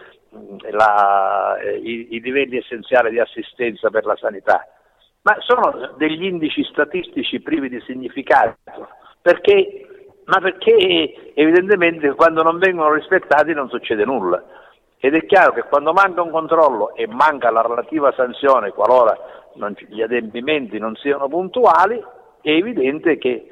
La, i, i livelli essenziali di assistenza per la sanità, ma sono degli indici statistici privi di significato, perché, ma perché evidentemente quando non vengono rispettati non succede nulla, ed è chiaro che quando manca un controllo e manca la relativa sanzione qualora non, gli adempimenti non siano puntuali, è evidente che,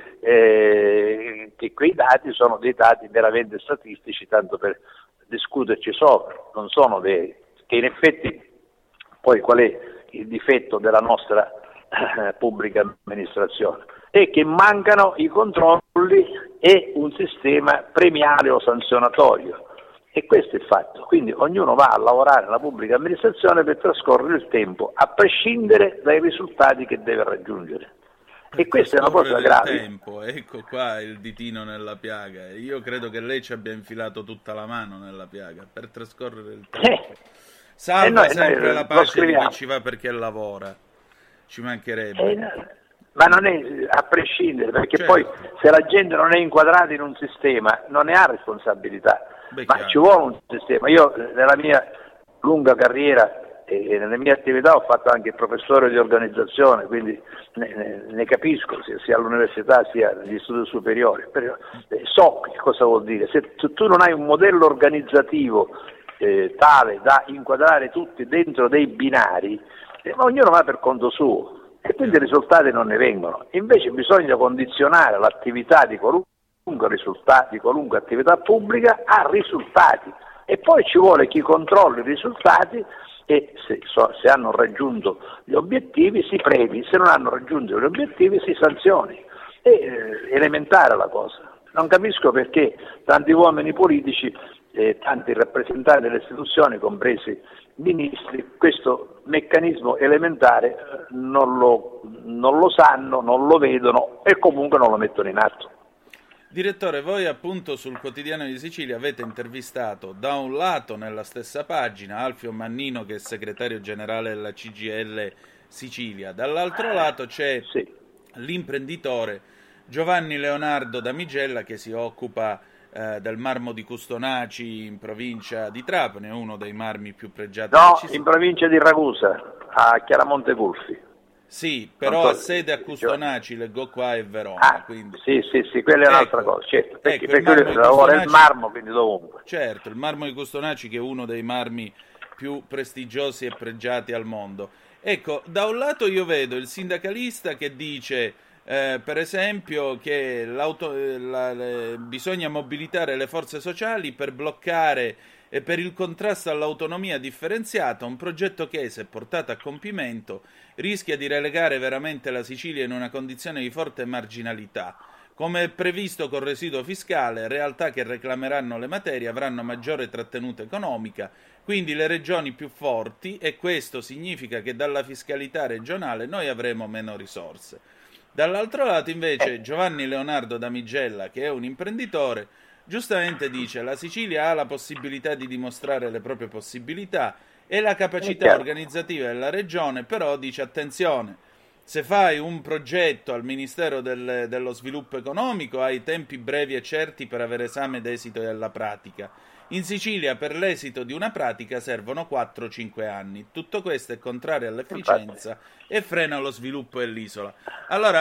eh, che quei dati sono dei dati veramente statistici, tanto per discuterci sopra, non sono veri, che in effetti poi qual è il difetto della nostra eh, pubblica amministrazione? È che mancano i controlli e un sistema premiale o sanzionatorio, e questo è il fatto. Quindi ognuno va a lavorare nella pubblica amministrazione per trascorrere il tempo, a prescindere dai risultati che deve raggiungere. E questa è una cosa grave. Tempo, ecco qua il ditino nella piaga. Io credo che lei ci abbia infilato tutta la mano nella piaga per trascorrere il tempo. Eh, Salva eh noi, sempre noi la pace di chi ci va perché lavora. Ci mancherebbe. Eh, no, ma non è a prescindere, perché certo. Poi se la gente non è inquadrata in un sistema non ne ha responsabilità. Beh, ma chiaro. ci vuole un sistema. Io nella mia lunga carriera e nelle mie attività ho fatto anche il professore di organizzazione, quindi ne, ne, ne capisco sia, sia all'università sia negli studi superiori. Però, eh, so che cosa vuol dire. Se tu, tu non hai un modello organizzativo eh, tale da inquadrare tutti dentro dei binari, eh, ognuno va per conto suo e quindi i risultati non ne vengono. Invece bisogna condizionare l'attività di qualunque risultato, di qualunque attività pubblica a risultati, e poi ci vuole chi controlli i risultati e se, so, se hanno raggiunto gli obiettivi si premi, se non hanno raggiunto gli obiettivi si sanzioni. È eh, elementare la cosa. Non capisco perché tanti uomini politici, eh, tanti rappresentanti delle istituzioni, compresi ministri, questo meccanismo elementare eh, non, lo, non lo sanno, non lo vedono e comunque non lo mettono in atto. Direttore, voi appunto sul Quotidiano di Sicilia avete intervistato da un lato nella stessa pagina Alfio Mannino, che è segretario generale della C G I L Sicilia, dall'altro lato c'è sì. l'imprenditore Giovanni Leonardo Damigella che si occupa eh, del marmo di Custonaci in provincia di Trapani, è uno dei marmi più pregiati. No, che ci in provincia di Ragusa, a Chiaramonte Gulfi. Sì, però ha sede a Custonaci, leggo qua, e Verona. Ah, quindi... Sì, sì, sì, quella è un'altra ecco, cosa, certo, perché, ecco, il perché marmo di lavora il Custonaci- marmo, quindi dovunque. Certo, il marmo di Custonaci che è uno dei marmi più prestigiosi e pregiati al mondo. Ecco, da un lato io vedo il sindacalista che dice, eh, per esempio, che l'auto, la, le, bisogna mobilitare le forze sociali per bloccare e per il contrasto all'autonomia differenziata, un progetto che, se portato a compimento, rischia di relegare veramente la Sicilia in una condizione di forte marginalità. Come è previsto col residuo fiscale, realtà che reclameranno le materie avranno maggiore trattenuta economica, quindi le regioni più forti, e questo significa che dalla fiscalità regionale noi avremo meno risorse. Dall'altro lato invece Giovanni Leonardo Damigella, che è un imprenditore, giustamente dice: la Sicilia ha la possibilità di dimostrare le proprie possibilità e la capacità organizzativa della regione, però dice attenzione, se fai un progetto al Ministero del, dello Sviluppo Economico hai tempi brevi e certi per avere esame d'esito della pratica. In Sicilia per l'esito di una pratica servono quattro cinque anni. Tutto questo è contrario all'efficienza e frena lo sviluppo dell'isola. Allora,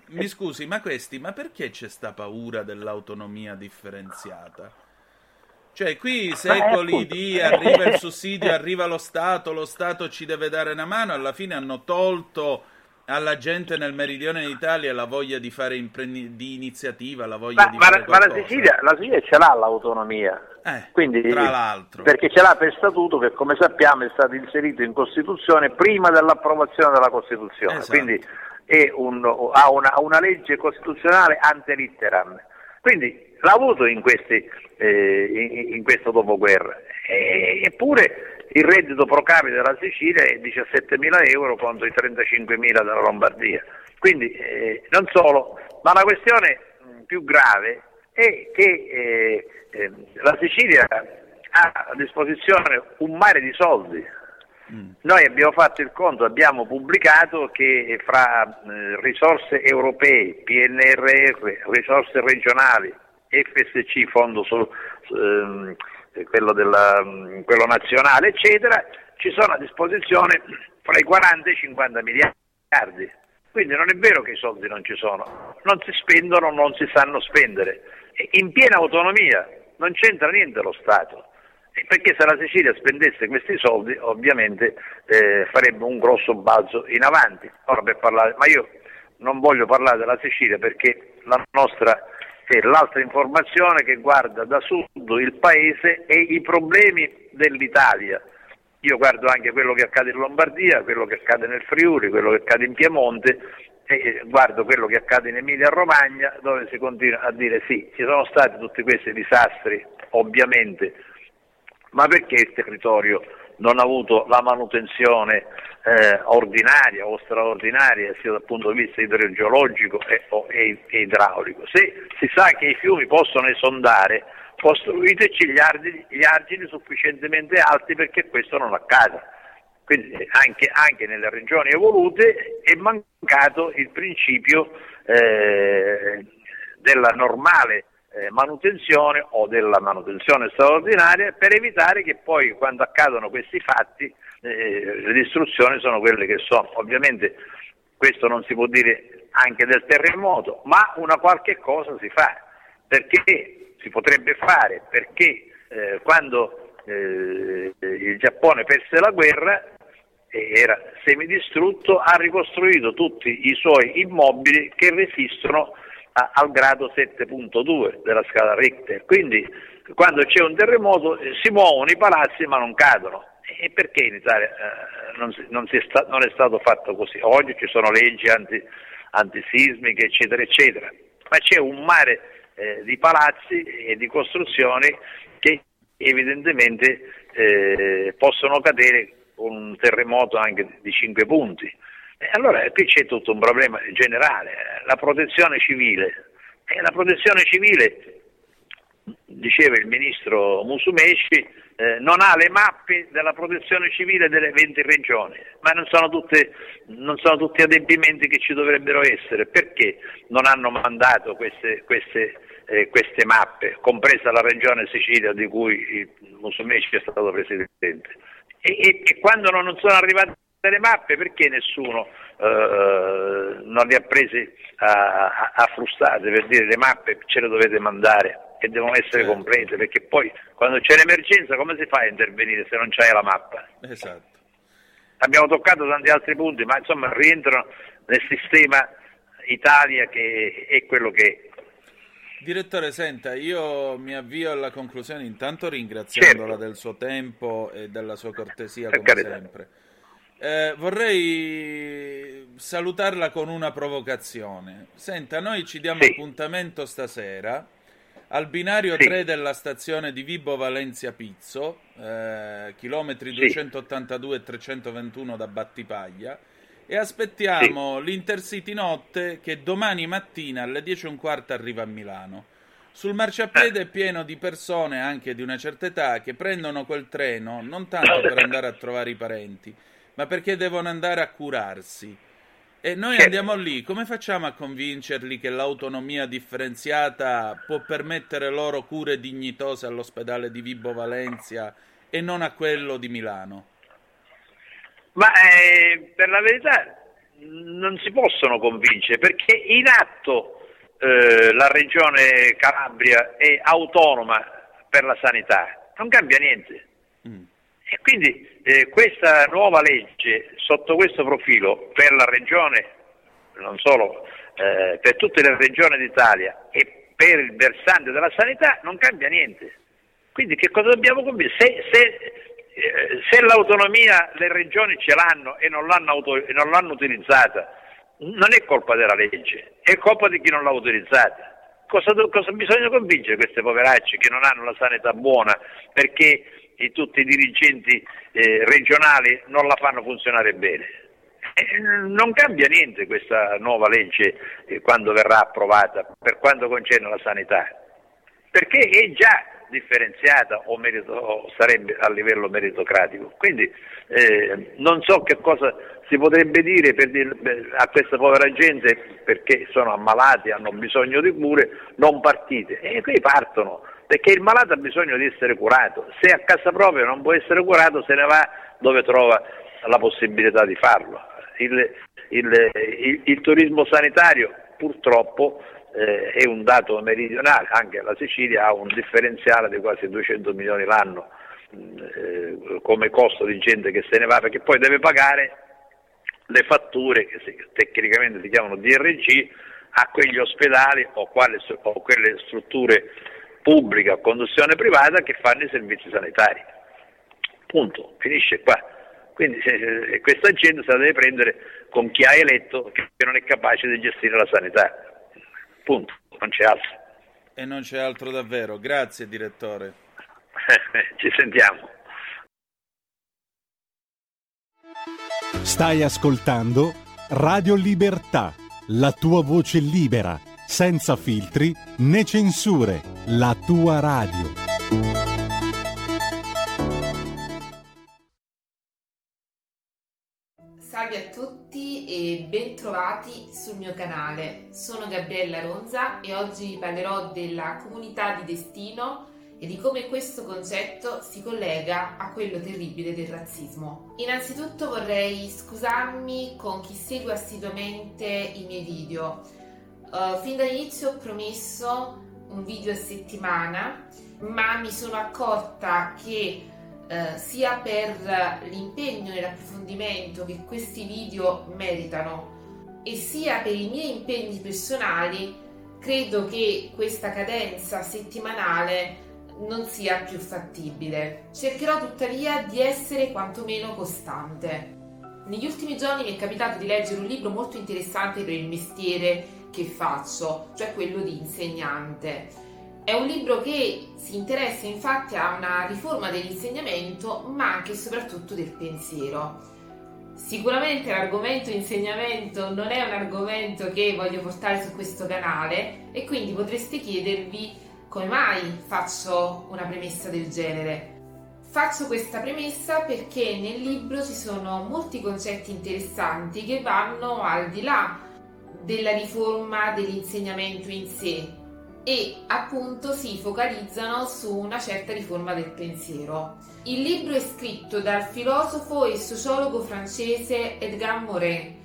mi scusi, ma questi, ma perché c'è sta paura dell'autonomia differenziata? Cioè, qui secoli di arriva il sussidio, arriva lo Stato, lo Stato ci deve dare una mano, alla fine hanno tolto alla gente nel meridione d'Italia la voglia di fare impre- di iniziativa, la voglia ma, di ma, fare ma qualcosa. la Sicilia, la Sicilia ce l'ha l'autonomia, Eh, quindi, tra l'altro. perché ce l'ha per statuto che, come sappiamo, è stato inserito in Costituzione prima dell'approvazione della Costituzione, Esatto. quindi è un, ha una, una legge costituzionale ante litteram, quindi l'ha avuto in, questi, eh, in, in questo dopoguerra, e, eppure il reddito pro capite della Sicilia è diciassettemila euro contro i trentacinquemila della Lombardia, quindi eh, non solo, ma la questione mh, più grave è che eh, eh, la Sicilia ha a disposizione un mare di soldi. Mm. Noi abbiamo fatto il conto, abbiamo pubblicato che fra eh, risorse europee, P N R R, risorse regionali, F S C, fondo su, ehm, quello, della, quello nazionale, eccetera, ci sono a disposizione fra i quaranta e i cinquanta miliardi. Quindi non è vero che i soldi non ci sono, non si spendono, non si sanno spendere. In piena autonomia, non c'entra niente lo Stato. Perché se la Sicilia spendesse questi soldi, ovviamente eh, farebbe un grosso balzo in avanti. Ora per parlare, ma io non voglio parlare della Sicilia perché la nostra è l'altra informazione che guarda da sud il paese e i problemi dell'Italia. Io guardo anche quello che accade in Lombardia, quello che accade nel Friuli, quello che accade in Piemonte, e guardo quello che accade in Emilia-Romagna, dove si continua a dire sì, ci sono stati tutti questi disastri, ovviamente, ma perché il territorio non ha avuto la manutenzione eh, ordinaria o straordinaria, sia dal punto di vista idrogeologico e, o, e, e idraulico? Se si sa che i fiumi possono esondare, costruiteci gli argini, gli argini sufficientemente alti perché questo non accada. Quindi anche, anche nelle regioni evolute è mancato il principio eh, della normale eh, manutenzione o della manutenzione straordinaria, per evitare che poi quando accadono questi fatti eh, le distruzioni sono quelle che sono. Ovviamente questo non si può dire anche del terremoto, ma una qualche cosa si fa, perché si potrebbe fare, perché eh, quando eh, il Giappone perse la guerra era semidistrutto, ha ricostruito tutti i suoi immobili che resistono a, al grado sette virgola due della scala Richter. Quindi quando c'è un terremoto eh, si muovono i palazzi ma non cadono. E perché in Italia eh, non, si, non, si è sta, non è stato fatto così? Oggi ci sono leggi anti, antisismiche, eccetera, eccetera, ma c'è un mare eh, di palazzi e di costruzioni che evidentemente eh, possono cadere con un terremoto anche di cinque punti. E allora qui c'è tutto un problema generale, la protezione civile. E la protezione civile, diceva il ministro Musumeci, eh, non ha le mappe della protezione civile delle venti regioni, ma non sono tutte, non sono tutti adempimenti che ci dovrebbero essere. Perché non hanno mandato queste, queste, eh, queste mappe, compresa la regione Sicilia di cui Musumeci è stato presidente? E, e, e quando non sono arrivate le mappe, perché nessuno eh, non le ha prese a, a, a frustate per dire le mappe ce le dovete mandare e devono essere certo. complete, perché poi quando c'è l'emergenza come si fa a intervenire se non c'hai la mappa? Esatto. Abbiamo toccato tanti altri punti, ma insomma rientrano nel sistema Italia che è quello che è. Direttore, senta, io mi avvio alla conclusione intanto ringraziandola certo. del suo tempo e della sua cortesia come carità. sempre. Eh, vorrei salutarla con una provocazione. Senta, noi ci diamo sì. appuntamento stasera al binario sì. tre della stazione di Vibo Valencia Pizzo, eh, chilometri sì. duecentottantadue e trecentoventuno da Battipaglia, e aspettiamo sì. l'Intercity notte che domani mattina alle dieci e un quarto arriva a Milano. Sul marciapiede è pieno di persone anche di una certa età che prendono quel treno non tanto per andare a trovare i parenti, ma perché devono andare a curarsi. E noi andiamo lì, come facciamo a convincerli che l'autonomia differenziata può permettere loro cure dignitose all'ospedale di Vibo Valencia e non a quello di Milano? Ma eh, per la verità non si possono convincere, perché in atto eh, la regione Calabria è autonoma per la sanità, non cambia niente. Mm. E quindi eh, questa nuova legge, sotto questo profilo, per la regione, non solo, eh, per tutte le regioni d'Italia e per il versante della sanità, non cambia niente. Quindi che cosa dobbiamo convincere? Se, se, eh, se l'autonomia le regioni ce l'hanno e non l'hanno, auto, e non l'hanno utilizzata, non è colpa della legge, è colpa di chi non l'ha utilizzata. Cosa, cosa bisogna convincere queste poveracce che non hanno la sanità buona perché i, tutti i dirigenti eh, regionali non la fanno funzionare bene? Eh, non cambia niente questa nuova legge eh, quando verrà approvata per quanto concerne la sanità, perché è già differenziata o, merito, o sarebbe a livello meritocratico. Quindi eh, non so che cosa si potrebbe dire per dire a questa povera gente, perché sono ammalati, hanno bisogno di cure, non partite. E qui partono, perché il malato ha bisogno di essere curato. Se a casa propria non può essere curato, se ne va dove trova la possibilità di farlo. Il, il, il, il turismo sanitario purtroppo eh, è un dato meridionale, anche la Sicilia ha un differenziale di quasi duecento milioni l'anno eh, come costo di gente che se ne va, perché poi deve pagare le fatture che si, tecnicamente si chiamano D R G a quegli ospedali o, quale, o quelle strutture pubbliche a conduzione privata che fanno i servizi sanitari. Punto, finisce qua. Quindi se, questa gente se la deve prendere con chi ha eletto che non è capace di gestire la sanità. Punto, non c'è altro. E non c'è altro davvero. Grazie direttore. Ci sentiamo. Stai ascoltando Radio Libertà, la tua voce libera, senza filtri né censure, la tua radio. Salve a tutti e bentrovati sul mio canale. Sono Gabriella Ronza e oggi vi parlerò della comunità di destino e di come questo concetto si collega a quello terribile del razzismo. Innanzitutto vorrei scusarmi con chi segue assiduamente i miei video. Uh, fin dall'inizio ho promesso un video a settimana, ma mi sono accorta che Uh, sia per l'impegno e l'approfondimento che questi video meritano e sia per i miei impegni personali, credo che questa cadenza settimanale non sia più fattibile. Cercherò tuttavia di essere quantomeno costante. Negli ultimi giorni mi è capitato di leggere un libro molto interessante per il mestiere che faccio, cioè quello di insegnante. È un libro che si interessa infatti a una riforma dell'insegnamento, ma anche e soprattutto del pensiero. Sicuramente l'argomento insegnamento non è un argomento che voglio portare su questo canale e quindi potreste chiedervi come mai faccio una premessa del genere. Faccio questa premessa perché nel libro ci sono molti concetti interessanti che vanno al di là della riforma dell'insegnamento in sé e appunto si focalizzano su una certa riforma del pensiero. Il libro è scritto dal filosofo e sociologo francese Edgar Morin.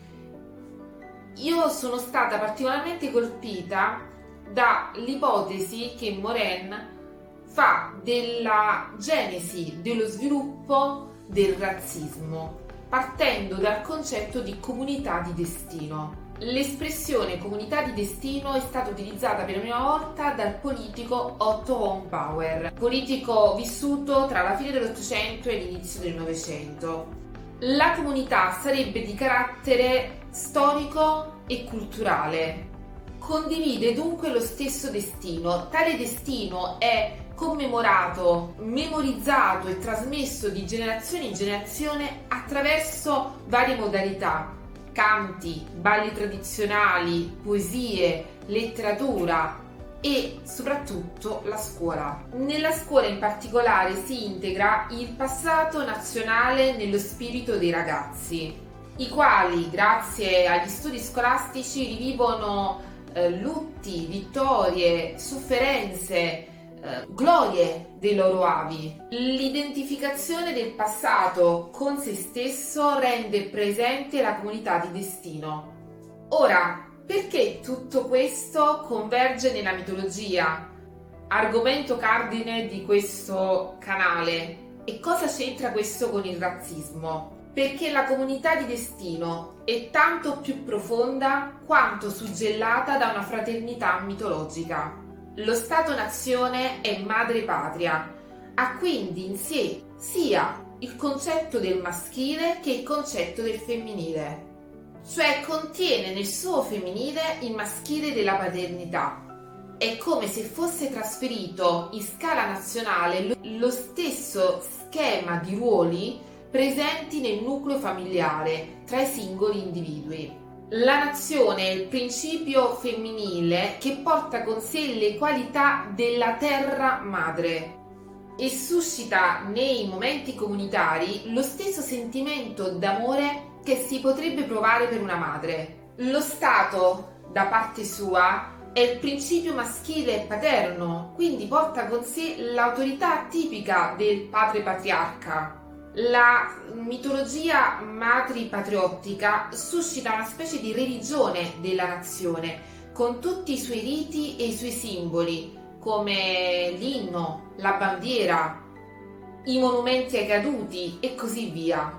Io sono stata particolarmente colpita dall'ipotesi che Morin fa della genesi dello sviluppo del razzismo, partendo dal concetto di comunità di destino. L'espressione comunità di destino è stata utilizzata per la prima volta dal politico Otto von Bauer, politico vissuto tra la fine dell'Ottocento e l'inizio del Novecento. La comunità sarebbe di carattere storico e culturale. Condivide dunque lo stesso destino. Tale destino è commemorato, memorizzato e trasmesso di generazione in generazione attraverso varie modalità. Canti, balli tradizionali, poesie, letteratura e soprattutto la scuola. Nella scuola in particolare si integra il passato nazionale nello spirito dei ragazzi, i quali grazie agli studi scolastici rivivono eh, lutti, vittorie, sofferenze, eh, glorie dei loro avi. L'identificazione del passato con se stesso rende presente la comunità di destino. Ora, perché tutto questo converge nella mitologia? Argomento cardine di questo canale. E cosa c'entra questo con il razzismo? Perché la comunità di destino è tanto più profonda quanto suggellata da una fraternità mitologica. Lo Stato-nazione è madre patria, ha quindi in sé sia il concetto del maschile che il concetto del femminile, cioè contiene nel suo femminile il maschile della paternità. È come se fosse trasferito in scala nazionale lo stesso schema di ruoli presenti nel nucleo familiare tra i singoli individui. La nazione è il principio femminile che porta con sé le qualità della terra madre e suscita nei momenti comunitari lo stesso sentimento d'amore che si potrebbe provare per una madre. Lo Stato, da parte sua, è il principio maschile e paterno, quindi porta con sé l'autorità tipica del padre patriarca. La mitologia matripatriottica suscita una specie di religione della nazione, con tutti i suoi riti e i suoi simboli, come l'inno, la bandiera, i monumenti ai caduti e così via.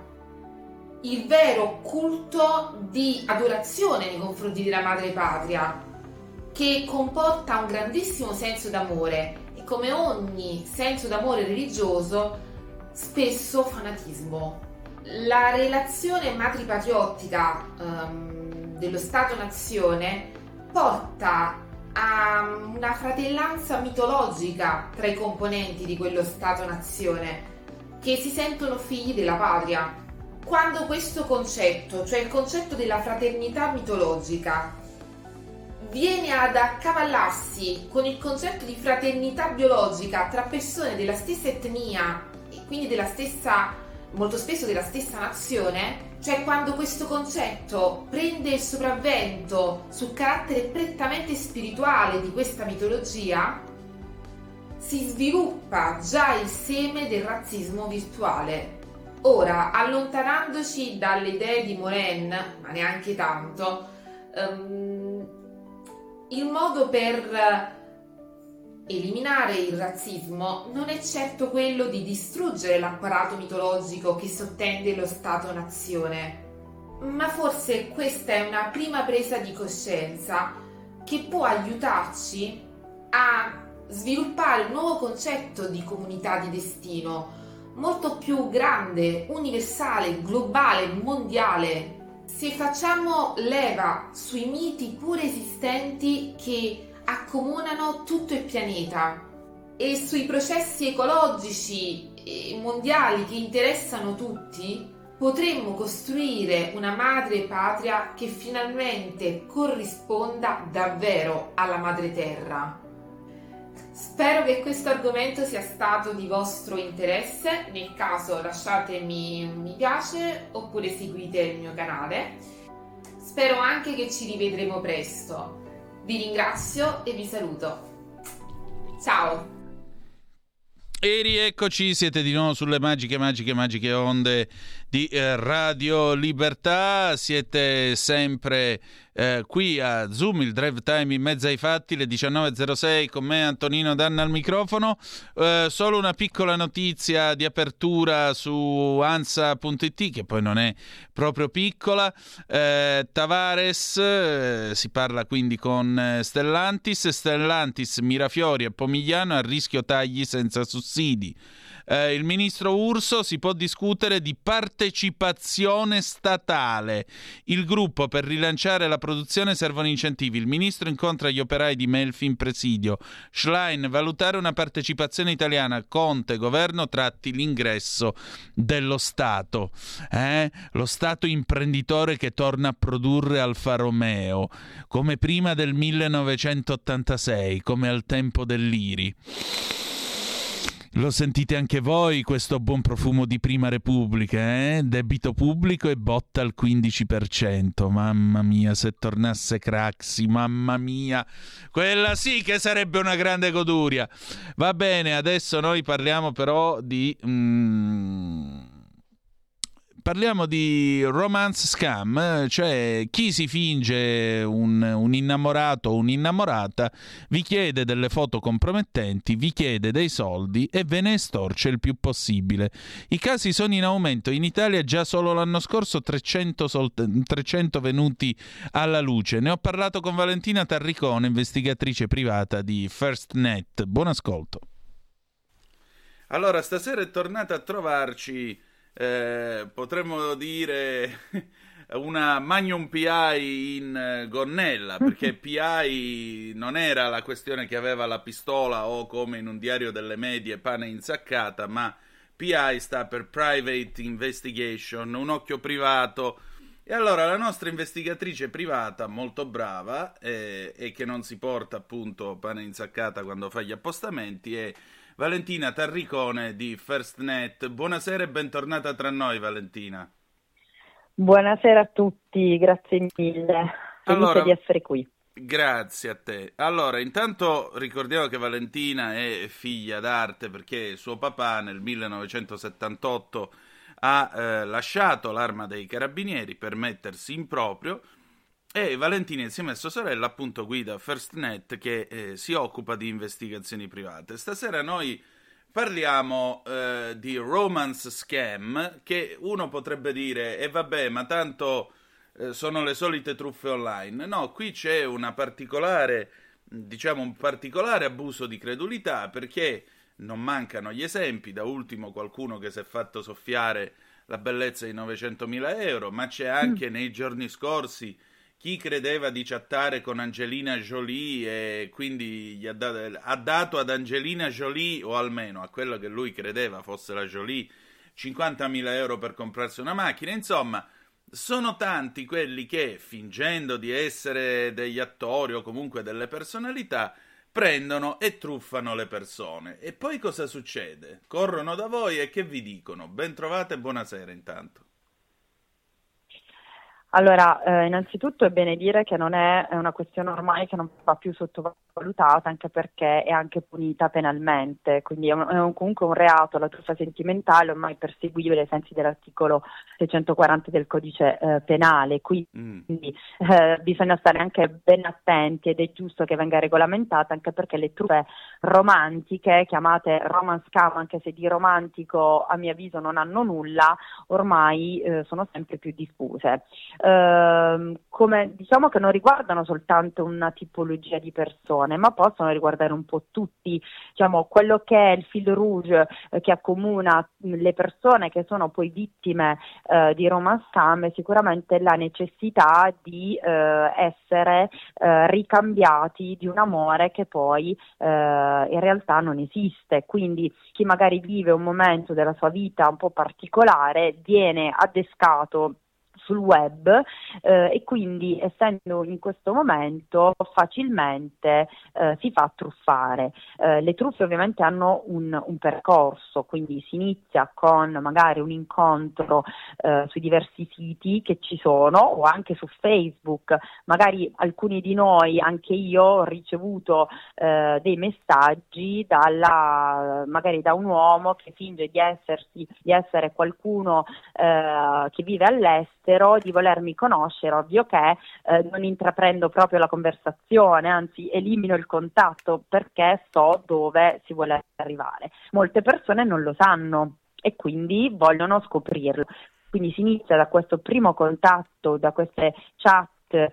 Il vero culto di adorazione nei confronti della madre patria, che comporta un grandissimo senso d'amore e, come ogni senso d'amore religioso, spesso fanatismo. La relazione matripatriottica um, dello Stato-nazione porta a una fratellanza mitologica tra i componenti di quello Stato-nazione, che si sentono figli della patria. Quando questo concetto, cioè il concetto della fraternità mitologica, viene ad accavallarsi con il concetto di fraternità biologica tra persone della stessa etnia e quindi della stessa, molto spesso della stessa nazione, cioè quando questo concetto prende il sopravvento sul carattere prettamente spirituale di questa mitologia, si sviluppa già il seme del razzismo virtuale. Ora, allontanandoci dalle idee di Morin, ma neanche tanto, um, il modo per eliminare il razzismo non è certo quello di distruggere l'apparato mitologico che sottende lo Stato-nazione, ma forse questa è una prima presa di coscienza che può aiutarci a sviluppare un nuovo concetto di comunità di destino, molto più grande, universale, globale, mondiale. Se facciamo leva sui miti pure esistenti che accomunano tutto il pianeta e sui processi ecologici e mondiali che interessano tutti, potremmo costruire una madre patria che finalmente corrisponda davvero alla madre terra. Spero che questo argomento sia stato di vostro interesse. Nel caso lasciatemi un mi piace oppure seguite il mio canale. Spero anche che ci rivedremo presto. Vi ringrazio e vi saluto. Ciao! E rieccoci, siete di nuovo sulle magiche, magiche, magiche onde di eh, Radio Libertà. Siete sempre eh, qui a Zoom, il drive time in mezzo ai fatti, le diciannove e zero sei, con me Antonino Danna al microfono. Eh, solo una piccola notizia di apertura su Ansa punto it, che poi non è proprio piccola. Eh, Tavares, eh, si parla quindi con eh, Stellantis, Stellantis, Mirafiori e Pomigliano a rischio tagli senza sussidi. Eh, il ministro Urso: si può discutere di partecipazione statale. Il gruppo per rilanciare la produzione servono incentivi. Il ministro incontra gli operai di Melfi in presidio. Schlein: valutare una partecipazione italiana. Conte: governo tratti l'ingresso dello Stato. Eh? Lo Stato imprenditore che torna a produrre Alfa Romeo come prima del millenovecentottantasei, come al tempo dell'I R I. Lo sentite anche voi questo buon profumo di Prima Repubblica, eh? Debito pubblico e botta al quindici per cento. Mamma mia, se tornasse Craxi, mamma mia, quella sì che sarebbe una grande goduria. Va bene, adesso noi parliamo però di... Mm, parliamo di romance scam, cioè chi si finge un, un innamorato o un'innamorata, vi chiede delle foto compromettenti, vi chiede dei soldi e ve ne estorce il più possibile. I casi sono in aumento, in Italia già solo l'anno scorso trecento, sol- trecento venuti alla luce. Ne ho parlato con Valentina Tarricone, investigatrice privata di FirstNet. Buon ascolto. Allora, stasera è tornata a trovarci Eh, potremmo dire una Magnum P I in gonnella, perché P I non era la questione che aveva la pistola o come in un diario delle medie pane insaccata, ma P I sta per Private Investigation, un occhio privato. E allora la nostra investigatrice privata, molto brava eh, e che non si porta appunto pane insaccata quando fa gli appostamenti, è Valentina Tarricone di FirstNet. Buonasera e bentornata tra noi, Valentina. Buonasera a tutti, grazie mille. Felice allora, di essere qui. Grazie a te. Allora, intanto ricordiamo che Valentina è figlia d'arte perché suo papà nel millenovecentosettantotto ha eh, lasciato l'arma dei carabinieri per mettersi in proprio. E Valentina insieme a sua sorella appunto guida FirstNet che eh, si occupa di investigazioni private. Stasera noi parliamo eh, di romance scam, che uno potrebbe dire e eh, vabbè ma tanto eh, sono le solite truffe online. No, qui c'è una particolare, diciamo un particolare abuso di credulità, perché non mancano gli esempi, da ultimo qualcuno che si è fatto soffiare la bellezza di novecentomila euro, ma c'è anche mm. nei giorni scorsi chi credeva di chattare con Angelina Jolie e quindi gli ha, dato, ha dato ad Angelina Jolie, o almeno a quello che lui credeva fosse la Jolie, cinquantamila euro per comprarsi una macchina. Insomma, sono tanti quelli che, fingendo di essere degli attori o comunque delle personalità, prendono e truffano le persone. E poi cosa succede? Corrono da voi e che vi dicono? Ben trovate e buonasera intanto. Allora, eh, innanzitutto è bene dire che non è una questione ormai che non va più sottovalutata, anche perché è anche punita penalmente, quindi è, un, è un, comunque un reato, la truffa sentimentale, ormai perseguibile ai sensi dell'articolo seicentoquaranta del codice eh, penale, quindi mm. eh, bisogna stare anche ben attenti ed è giusto che venga regolamentata, anche perché le truffe romantiche, chiamate romance scam, anche se di romantico a mio avviso non hanno nulla, ormai eh, sono sempre più diffuse. Uh, come diciamo che non riguardano soltanto una tipologia di persone, ma possono riguardare un po' tutti, diciamo quello che è il fil rouge eh, che accomuna le persone che sono poi vittime eh, di romance scam è sicuramente la necessità di eh, essere eh, ricambiati di un amore che poi eh, in realtà non esiste. Quindi chi magari vive un momento della sua vita un po' particolare viene addescato sul web eh, e quindi essendo in questo momento facilmente eh, si fa truffare. Eh, le truffe ovviamente hanno un, un percorso, quindi si inizia con magari un incontro eh, sui diversi siti che ci sono o anche su Facebook. Magari alcuni di noi, anche io, ho ricevuto eh, dei messaggi dalla, magari da un uomo che finge di essersi, di essere qualcuno eh, che vive all'estero, di volermi conoscere. Ovvio che eh, non intraprendo proprio la conversazione, anzi elimino il contatto perché so dove si vuole arrivare. Molte persone non lo sanno e quindi vogliono scoprirlo. Quindi si inizia da questo primo contatto, da queste chat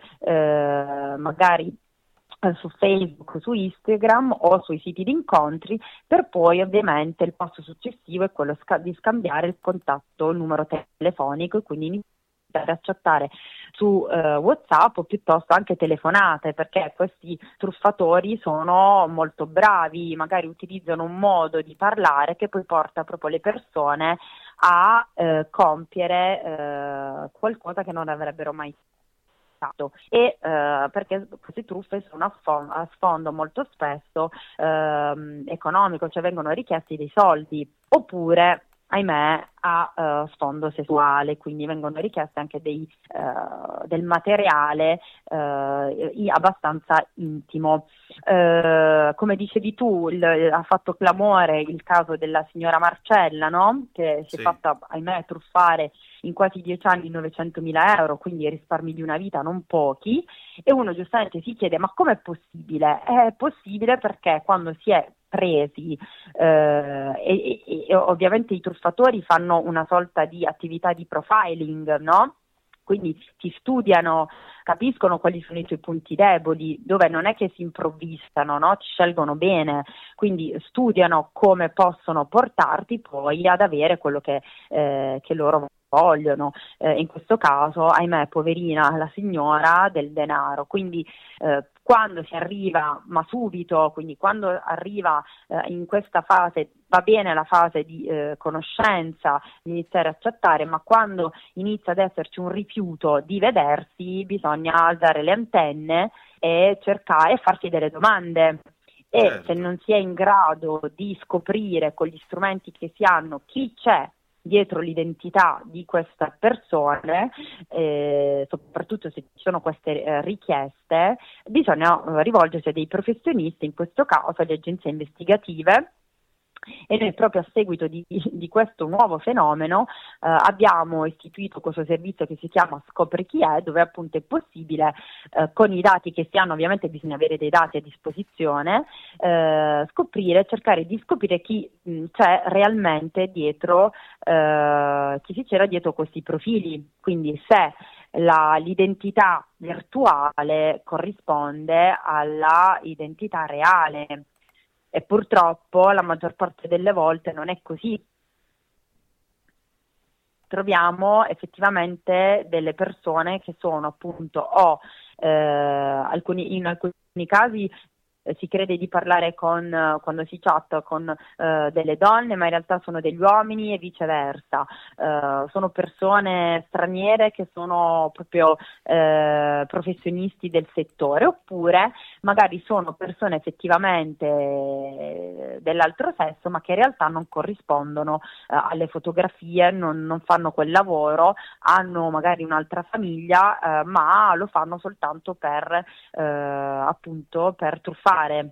eh, magari su Facebook, su Instagram o sui siti di incontri, per poi ovviamente il passo successivo è quello sca- di scambiare il contatto, il numero telefonico e quindi iniziare a chattare su eh, WhatsApp o piuttosto anche telefonate, perché questi truffatori sono molto bravi, magari utilizzano un modo di parlare che poi porta proprio le persone a eh, compiere eh, qualcosa che non avrebbero mai Stato, e eh, perché queste truffe sono a sfondo, a sfondo molto spesso ehm, economico, cioè vengono richiesti dei soldi, oppure ahimè a uh, sfondo sessuale, quindi vengono richieste anche dei, uh, del materiale uh, abbastanza intimo. Uh, come dicevi tu, il, ha fatto clamore il caso della signora Marcella, no? Che si sì. è fatta, ahimè, truffare in quasi dieci anni novecentomila euro, quindi risparmi di una vita non pochi, e uno giustamente si chiede: ma com'è possibile? È possibile perché quando si è presi eh, e, e, e ovviamente i truffatori fanno una sorta di attività di profiling, no? Quindi si studiano, capiscono quali sono i tuoi punti deboli, dove non è che si improvvisano, no? Ci scelgono bene, quindi studiano come possono portarti poi ad avere quello che, eh, che loro vogliono. Eh, in questo caso, ahimè, poverina la signora, del denaro. Quindi eh, quando si arriva, ma subito, quindi quando arriva eh, in questa fase, va bene la fase di eh, conoscenza, di iniziare a chattare, ma quando inizia ad esserci un rifiuto di vedersi, bisogna alzare le antenne e cercare e farsi delle domande. E certo. Se non si è in grado di scoprire con gli strumenti che si hanno chi c'è dietro l'identità di questa persona, eh, soprattutto se ci sono queste eh, richieste, bisogna eh, rivolgersi a dei professionisti, in questo caso alle agenzie investigative. E noi proprio a seguito di, di questo nuovo fenomeno eh, abbiamo istituito questo servizio che si chiama Scopri chi è, dove appunto è possibile eh, con i dati che si hanno, ovviamente bisogna avere dei dati a disposizione, eh, scoprire, cercare di scoprire chi mh, c'è realmente dietro, eh, chi si c'era dietro questi profili, quindi se la, l'identità virtuale corrisponde alla identità reale. E purtroppo la maggior parte delle volte non è così. Troviamo effettivamente delle persone che sono appunto o eh, alcuni, in alcuni casi eh, si crede di parlare con, eh, quando si chatta con eh, delle donne, ma in realtà sono degli uomini e viceversa. Eh, sono persone straniere che sono proprio eh, professionisti del settore, oppure magari sono persone effettivamente dell'altro sesso, ma che in realtà non corrispondono eh, alle fotografie, non, non fanno quel lavoro, hanno magari un'altra famiglia, eh, ma lo fanno soltanto per eh, appunto per truffare.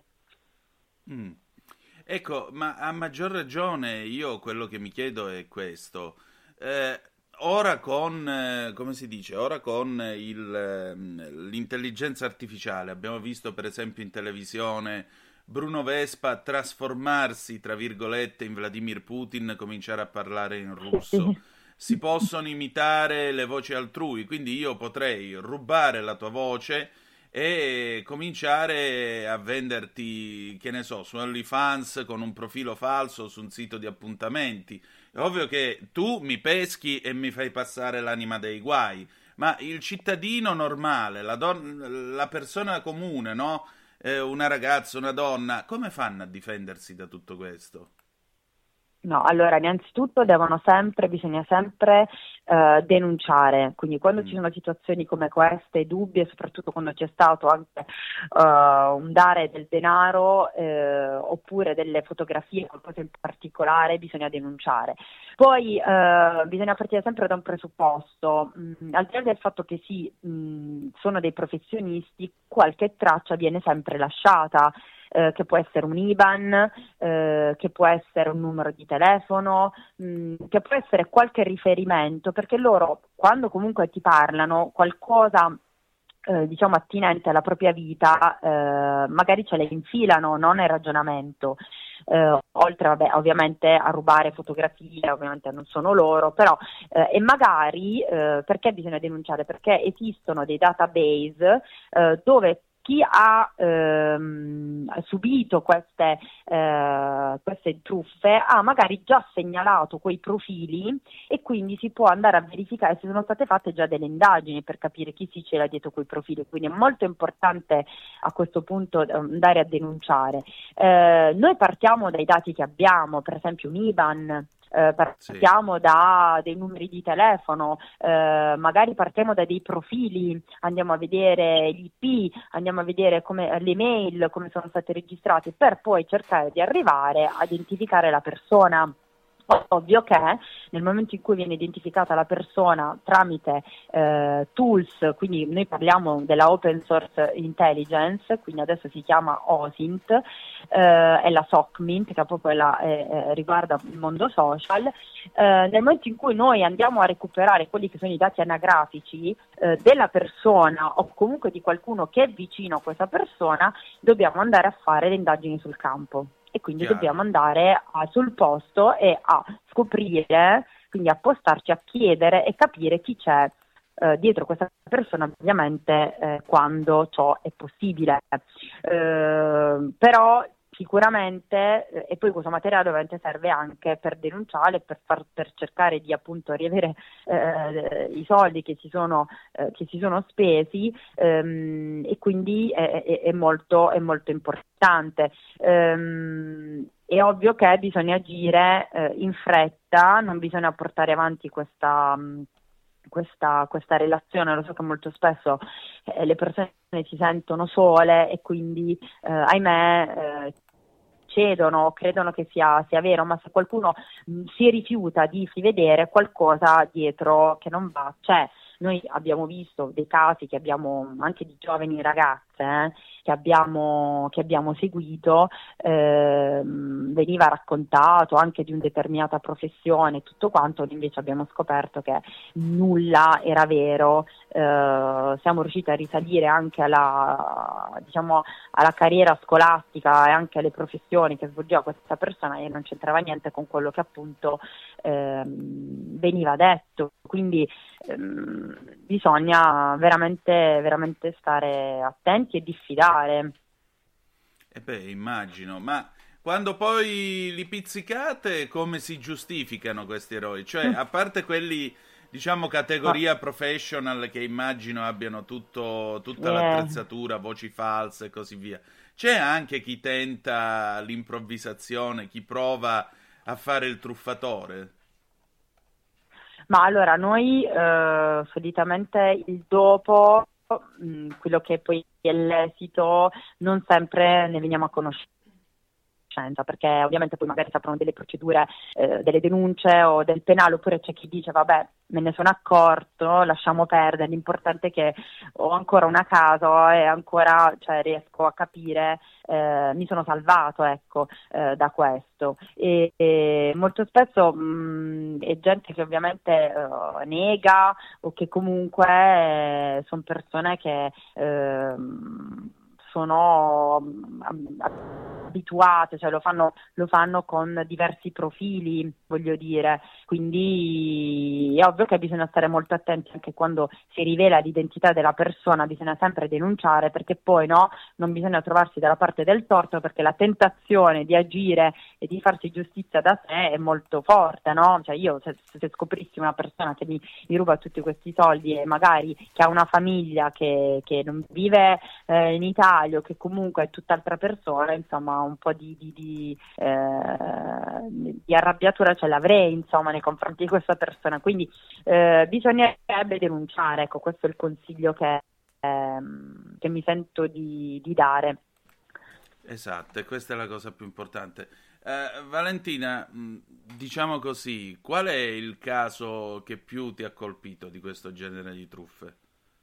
Mm. Ecco, ma a maggior ragione io quello che mi chiedo è questo. Eh, ora con, eh, come si dice, ora con il, eh, l'intelligenza artificiale, abbiamo visto per esempio in televisione Bruno Vespa trasformarsi, tra virgolette, in Vladimir Putin, cominciare a parlare in russo. Si possono imitare le voci altrui, quindi io potrei rubare la tua voce e cominciare a venderti, che ne so, su OnlyFans con un profilo falso su un sito di appuntamenti. È ovvio che tu mi peschi e mi fai passare l'anima dei guai, ma il cittadino normale, la, don- la persona comune, no? Eh, una ragazza, una donna, come fanno a difendersi da tutto questo? No, allora innanzitutto devono sempre, bisogna sempre eh, denunciare, quindi quando mm. ci sono situazioni come queste, dubbi, e soprattutto quando c'è stato anche uh, un dare del denaro eh, oppure delle fotografie, qualcosa in particolare, bisogna denunciare. Poi eh, bisogna partire sempre da un presupposto, mh, al di là del fatto che sì, mh, sono dei professionisti, qualche traccia viene sempre lasciata. Eh, che può essere un I B A N, eh, che può essere un numero di telefono, mh, che può essere qualche riferimento, perché loro quando comunque ti parlano qualcosa eh, diciamo attinente alla propria vita, eh, magari ce le infilano, non nel ragionamento. Eh, oltre vabbè, ovviamente a rubare fotografie, ovviamente non sono loro, però eh, e magari eh, perché bisogna denunciare? Perché esistono dei database eh, dove chi ha ehm, subito queste, eh, queste truffe ha magari già segnalato quei profili, e quindi si può andare a verificare se sono state fatte già delle indagini per capire chi si c'era dietro quei profili. Quindi è molto importante a questo punto andare a denunciare. Eh, noi partiamo dai dati che abbiamo, per esempio un I B A N. Eh, partiamo sì. da dei numeri di telefono, eh, magari partiamo da dei profili, andiamo a vedere gli I P, andiamo a vedere come, le mail, come sono state registrate, per poi cercare di arrivare a identificare la persona. Ovvio che nel momento in cui viene identificata la persona tramite eh, tools, quindi noi parliamo della Open Source Intelligence, quindi adesso si chiama O S I N T, eh, è la SOCMINT, che proprio la, eh, riguarda il mondo social. Eh, nel momento in cui noi andiamo a recuperare quelli che sono i dati anagrafici eh, della persona o comunque di qualcuno che è vicino a questa persona, dobbiamo andare a fare le indagini sul campo. E quindi Chiaro. dobbiamo andare a, sul posto e a scoprire, quindi a postarci, a chiedere e capire chi c'è eh, dietro questa persona, ovviamente eh, quando ciò è possibile. Eh, però sicuramente, eh, e poi questo materiale ovviamente serve anche per denunciare, per, far, per cercare di appunto riavere eh, i soldi che si sono, eh, che si sono spesi, ehm, e quindi è, è, è, molto, è molto importante. Ehm, è ovvio che bisogna agire eh, in fretta, non bisogna portare avanti questa... Questa, questa relazione. Lo so che molto spesso eh, le persone si sentono sole e quindi eh, ahimè eh, cedono, credono che sia, sia vero, ma se qualcuno mh, si rifiuta di vedere qualcosa dietro che non va, c'è. Noi abbiamo visto dei casi che abbiamo anche di giovani ragazze eh, che, abbiamo, che abbiamo seguito, eh, veniva raccontato anche di una determinata professione, tutto quanto, invece abbiamo scoperto che nulla era vero. Eh, siamo riusciti a risalire anche alla, diciamo, alla carriera scolastica e anche alle professioni che svolgeva questa persona e non c'entrava niente con quello che appunto eh, veniva detto. Quindi ehm, bisogna veramente, veramente stare attenti e diffidare. E beh, immagino, ma quando poi li pizzicate, come si giustificano questi eroi? Cioè, a parte quelli, diciamo, categoria ma... professional, che immagino abbiano tutto, tutta yeah. l'attrezzatura, voci false e così via, c'è anche chi tenta l'improvvisazione, chi prova a fare il truffatore? Ma allora, noi eh, solitamente il dopo, mh, quello che poi è l'esito, non sempre ne veniamo a conoscenza, perché ovviamente poi magari si aprono delle procedure, eh, delle denunce o del penale, oppure c'è chi dice vabbè, me ne sono accorto, lasciamo perdere, l'importante è che ho ancora una casa e ancora, cioè, riesco a capire, eh, mi sono salvato, ecco, eh, da questo. E, e molto spesso mh, è gente che ovviamente eh, nega, o che comunque eh, sono persone che eh, sono abituate, cioè lo fanno, lo fanno con diversi profili, voglio dire, quindi è ovvio che bisogna stare molto attenti anche quando si rivela l'identità della persona, bisogna sempre denunciare, perché poi no, non bisogna trovarsi dalla parte del torto, perché la tentazione di agire e di farsi giustizia da sé è molto forte, no? Cioè io se, se scoprissi una persona che mi, mi ruba tutti questi soldi e magari che ha una famiglia che, che non vive eh, in Italia, o che comunque è tutt'altra persona, insomma un po' di, di, di, eh, di arrabbiatura ce l'avrei, insomma, nei confronti di questa persona, quindi eh, bisognerebbe denunciare, ecco, questo è il consiglio che, eh, che mi sento di, di dare. Esatto, e questa è la cosa più importante. Eh, Valentina, diciamo così, qual è il caso che più ti ha colpito di questo genere di truffe?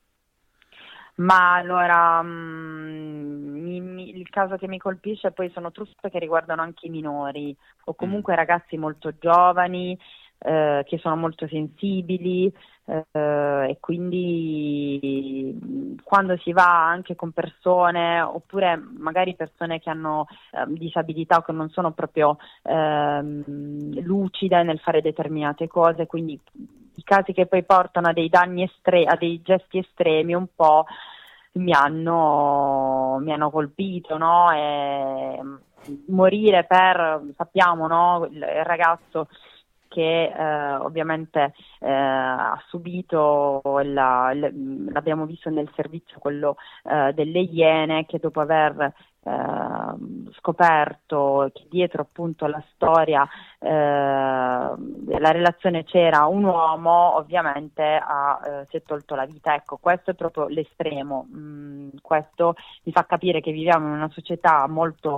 Ma allora, mh, mi, mi, il caso che mi colpisce poi sono truffe che riguardano anche i minori, o comunque ragazzi molto giovani, eh, che sono molto sensibili, eh, e quindi mh, quando si va anche con persone, oppure magari persone che hanno eh, disabilità o che non sono proprio eh, lucide nel fare determinate cose, quindi i casi che poi portano a dei danni estremi, a dei gesti estremi, un po' mi hanno, mi hanno colpito, no? E morire per, sappiamo, no? Il, il ragazzo che eh, ovviamente eh, ha subito, la, l, l'abbiamo visto nel servizio, quello eh, delle Iene, che dopo aver eh, scoperto che dietro appunto la storia eh, della relazione c'era un uomo, ovviamente ha, eh, si è tolto la vita. Ecco, questo è proprio l'estremo. Mm, questo mi fa capire che viviamo in una società molto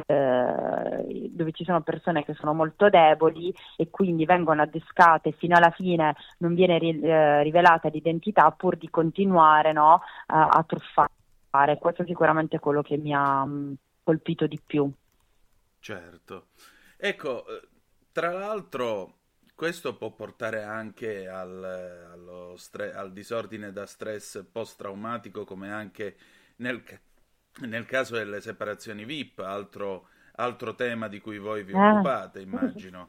eh, dove ci sono persone che sono molto deboli e quindi vengono adescate fino alla fine, non viene ri- eh, rivelata l'identità pur di continuare, no, a, a truffare. Questo è sicuramente quello che mi ha mh, colpito di più. Certo. Ecco, tra l'altro questo può portare anche al, allo stre- al disordine da stress post-traumatico, come anche nel, nel caso delle separazioni V I P, altro, altro tema di cui voi vi Eh. occupate, immagino.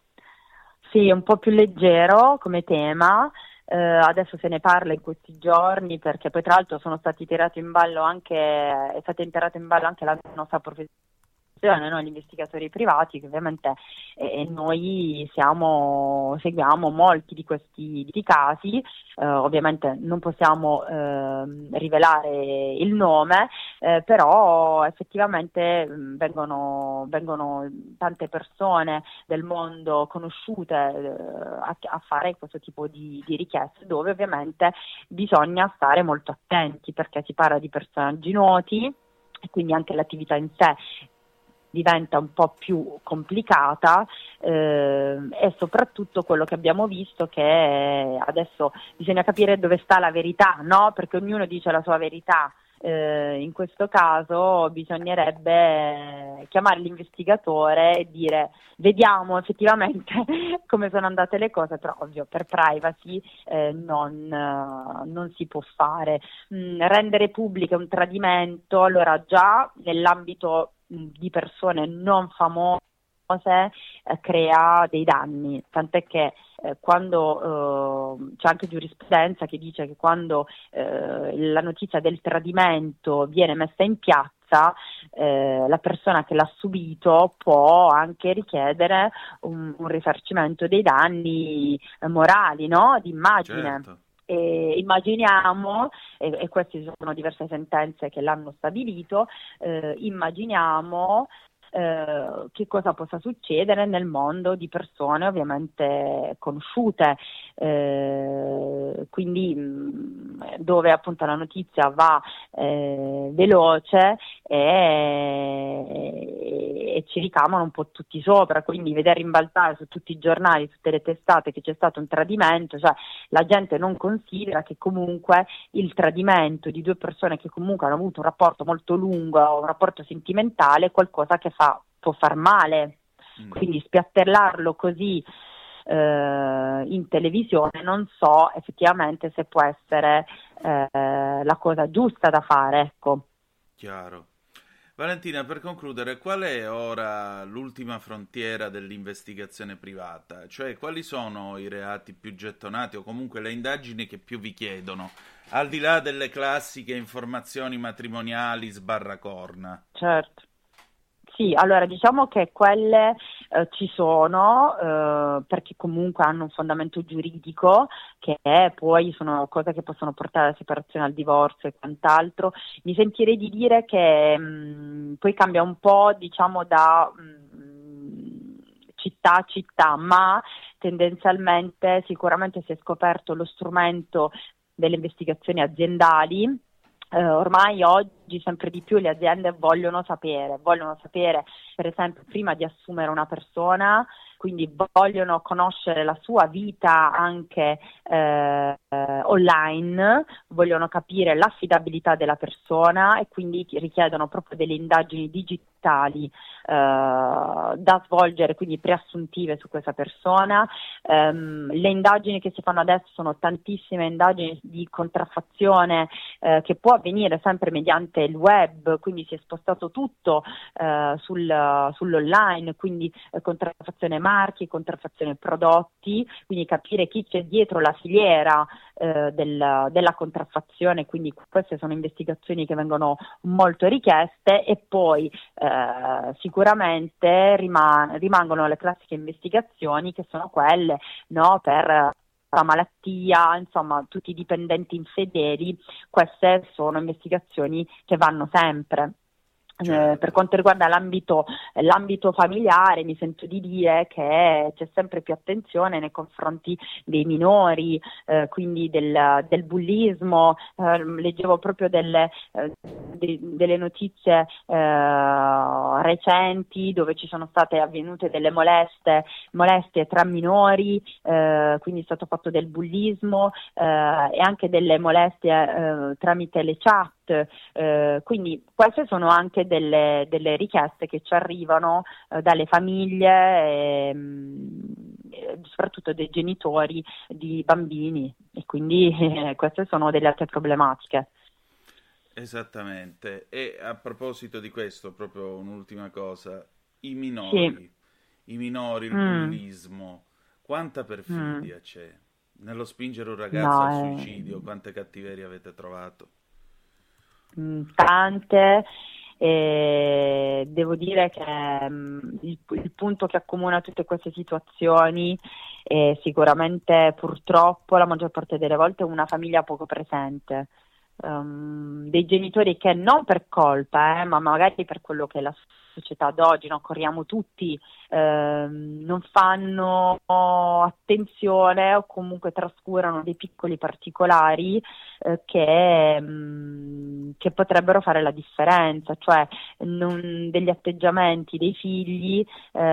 Sì, un po' più leggero come tema. Eh, adesso se ne parla in questi giorni, perché poi tra l'altro sono stati tirati in ballo anche, è stata tirata in ballo anche la nostra professione, no? Gli investigatori privati, che ovviamente eh, noi siamo, seguiamo molti di questi, di questi casi. Eh, ovviamente non possiamo eh, rivelare il nome, eh, però effettivamente mh, vengono, vengono tante persone del mondo conosciute eh, a, a fare questo tipo di, di richieste, dove ovviamente bisogna stare molto attenti, perché si parla di personaggi noti e quindi anche l'attività in sé diventa un po' più complicata, eh, e soprattutto quello che abbiamo visto, che adesso bisogna capire dove sta la verità, no? Perché ognuno dice la sua verità. Eh, in questo caso bisognerebbe chiamare l'investigatore e dire: vediamo effettivamente come sono andate le cose, però ovvio per privacy eh, non, uh, non si può fare. Mm, rendere pubblico un tradimento, allora già nell'ambito mh, di persone non famose eh, crea dei danni, tant'è che eh, quando eh, c'è anche giurisprudenza che dice che quando eh, la notizia del tradimento viene messa in piazza, eh, la persona che l'ha subito può anche richiedere un, un risarcimento dei danni eh, morali, no? Di immagine. Certo. E immaginiamo, e, e queste sono diverse sentenze che l'hanno stabilito, eh, immaginiamo Eh, che cosa possa succedere nel mondo di persone ovviamente conosciute, eh, quindi mh, dove appunto la notizia va eh, veloce e, e ci ricamano un po' tutti sopra, quindi vedere rimbalzare su tutti i giornali, tutte le testate che c'è stato un tradimento, cioè la gente non considera che comunque il tradimento di due persone che comunque hanno avuto un rapporto molto lungo, un rapporto sentimentale, è qualcosa che fa, può far male, mm. quindi spiattellarlo così eh, in televisione non so effettivamente se può essere eh, la cosa giusta da fare, ecco. Chiaro. Valentina, per concludere, qual è ora l'ultima frontiera dell'investigazione privata? Cioè, quali sono i reati più gettonati o comunque le indagini che più vi chiedono, al di là delle classiche informazioni matrimoniali sbarracorna? Certo. Sì, allora diciamo che quelle eh, ci sono eh, perché comunque hanno un fondamento giuridico, che è, poi sono cose che possono portare alla separazione, al divorzio e quant'altro. Mi sentirei di dire che mh, poi cambia un po', diciamo, da mh, città a città, ma tendenzialmente sicuramente si è scoperto lo strumento delle investigazioni aziendali. Uh, ormai oggi sempre di più le aziende vogliono sapere, vogliono sapere per esempio prima di assumere una persona, quindi vogliono conoscere la sua vita anche eh, eh, online, vogliono capire l'affidabilità della persona e quindi richiedono proprio delle indagini digitali eh, da svolgere, quindi preassuntive su questa persona. Um, le indagini che si fanno adesso sono tantissime indagini di contraffazione eh, che può avvenire sempre mediante il web, quindi si è spostato tutto eh, sul, sull'online, quindi eh, contraffazione marchi, contraffazione prodotti, quindi capire chi c'è dietro la filiera eh, del, della contraffazione, quindi queste sono investigazioni che vengono molto richieste. E poi eh, sicuramente rima- rimangono le classiche investigazioni che sono quelle, no, per la malattia, insomma tutti i dipendenti infedeli. Queste sono investigazioni che vanno sempre. Eh, per quanto riguarda l'ambito, l'ambito familiare, mi sento di dire che c'è sempre più attenzione nei confronti dei minori, eh, quindi del, del bullismo. Eh, leggevo proprio delle, eh, de, delle notizie eh, recenti dove ci sono state avvenute delle moleste, molestie tra minori, eh, quindi è stato fatto del bullismo eh, e anche delle molestie eh, tramite le chat. Eh, quindi queste sono anche delle, delle richieste che ci arrivano eh, dalle famiglie, e, soprattutto dei genitori di bambini, e quindi eh, queste sono delle altre problematiche. Esattamente. E a proposito di questo, proprio un'ultima cosa, i minori, Sì. i minori, il Mm. bullismo, quanta perfidia Mm. c'è nello spingere un ragazzo No, al eh. suicidio? Quante cattiverie avete trovato? Mm, tante, e devo dire che mm, il, il punto che accomuna tutte queste situazioni è sicuramente, purtroppo, la maggior parte delle volte una famiglia poco presente. Um, dei genitori che non per colpa, eh, ma magari per quello che è la società d'oggi, no? Corriamo tutti, ehm, non fanno attenzione o comunque trascurano dei piccoli particolari eh, che, mh, che potrebbero fare la differenza, cioè non, degli atteggiamenti dei figli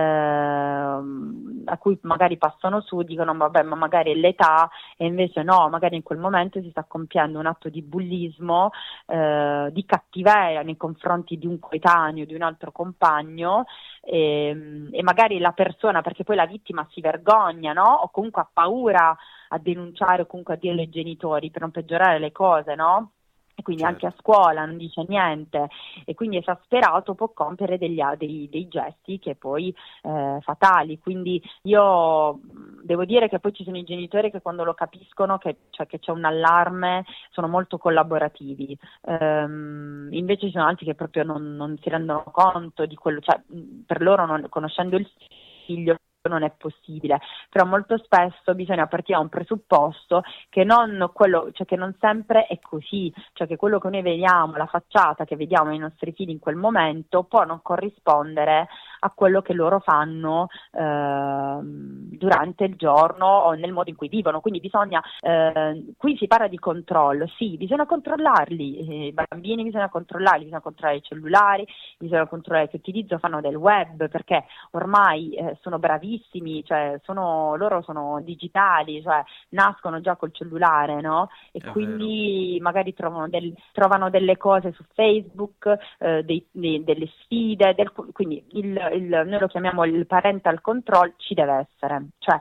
ehm, a cui magari passano su, dicono vabbè, ma magari è l'età, e invece no, magari in quel momento si sta compiendo un atto di bullismo, eh, di cattiveria nei confronti di un coetaneo, di un altro compagno, e, e magari la persona, perché poi la vittima si vergogna, no? O comunque ha paura a denunciare o comunque a dire ai genitori per non peggiorare le cose, no? E quindi Certo. anche a scuola non dice niente, e quindi esasperato può compiere degli, dei, dei gesti che poi eh, fatali. Quindi io devo dire che poi ci sono i genitori che quando lo capiscono che, cioè, che c'è un allarme sono molto collaborativi, ehm, invece ci sono altri che proprio non, non si rendono conto di quello, cioè per loro non, conoscendo il figlio non è possibile, però molto spesso bisogna partire da un presupposto che non quello, cioè che non sempre è così, cioè che quello che noi vediamo, la facciata che vediamo nei nostri figli in quel momento può non corrispondere a quello che loro fanno eh, durante il giorno o nel modo in cui vivono. Quindi bisogna, eh, qui si parla di controllo, sì, bisogna controllarli, eh, i bambini bisogna controllarli, bisogna controllare i cellulari, bisogna controllare che utilizzo fanno del web, perché ormai eh, sono bravissimi, cioè sono, loro sono digitali, cioè nascono già col cellulare, no? E È quindi vero. Magari trovano, del, trovano delle cose su Facebook, eh, dei, dei, delle sfide, del, quindi il, il, noi lo chiamiamo il parental control, ci deve essere, cioè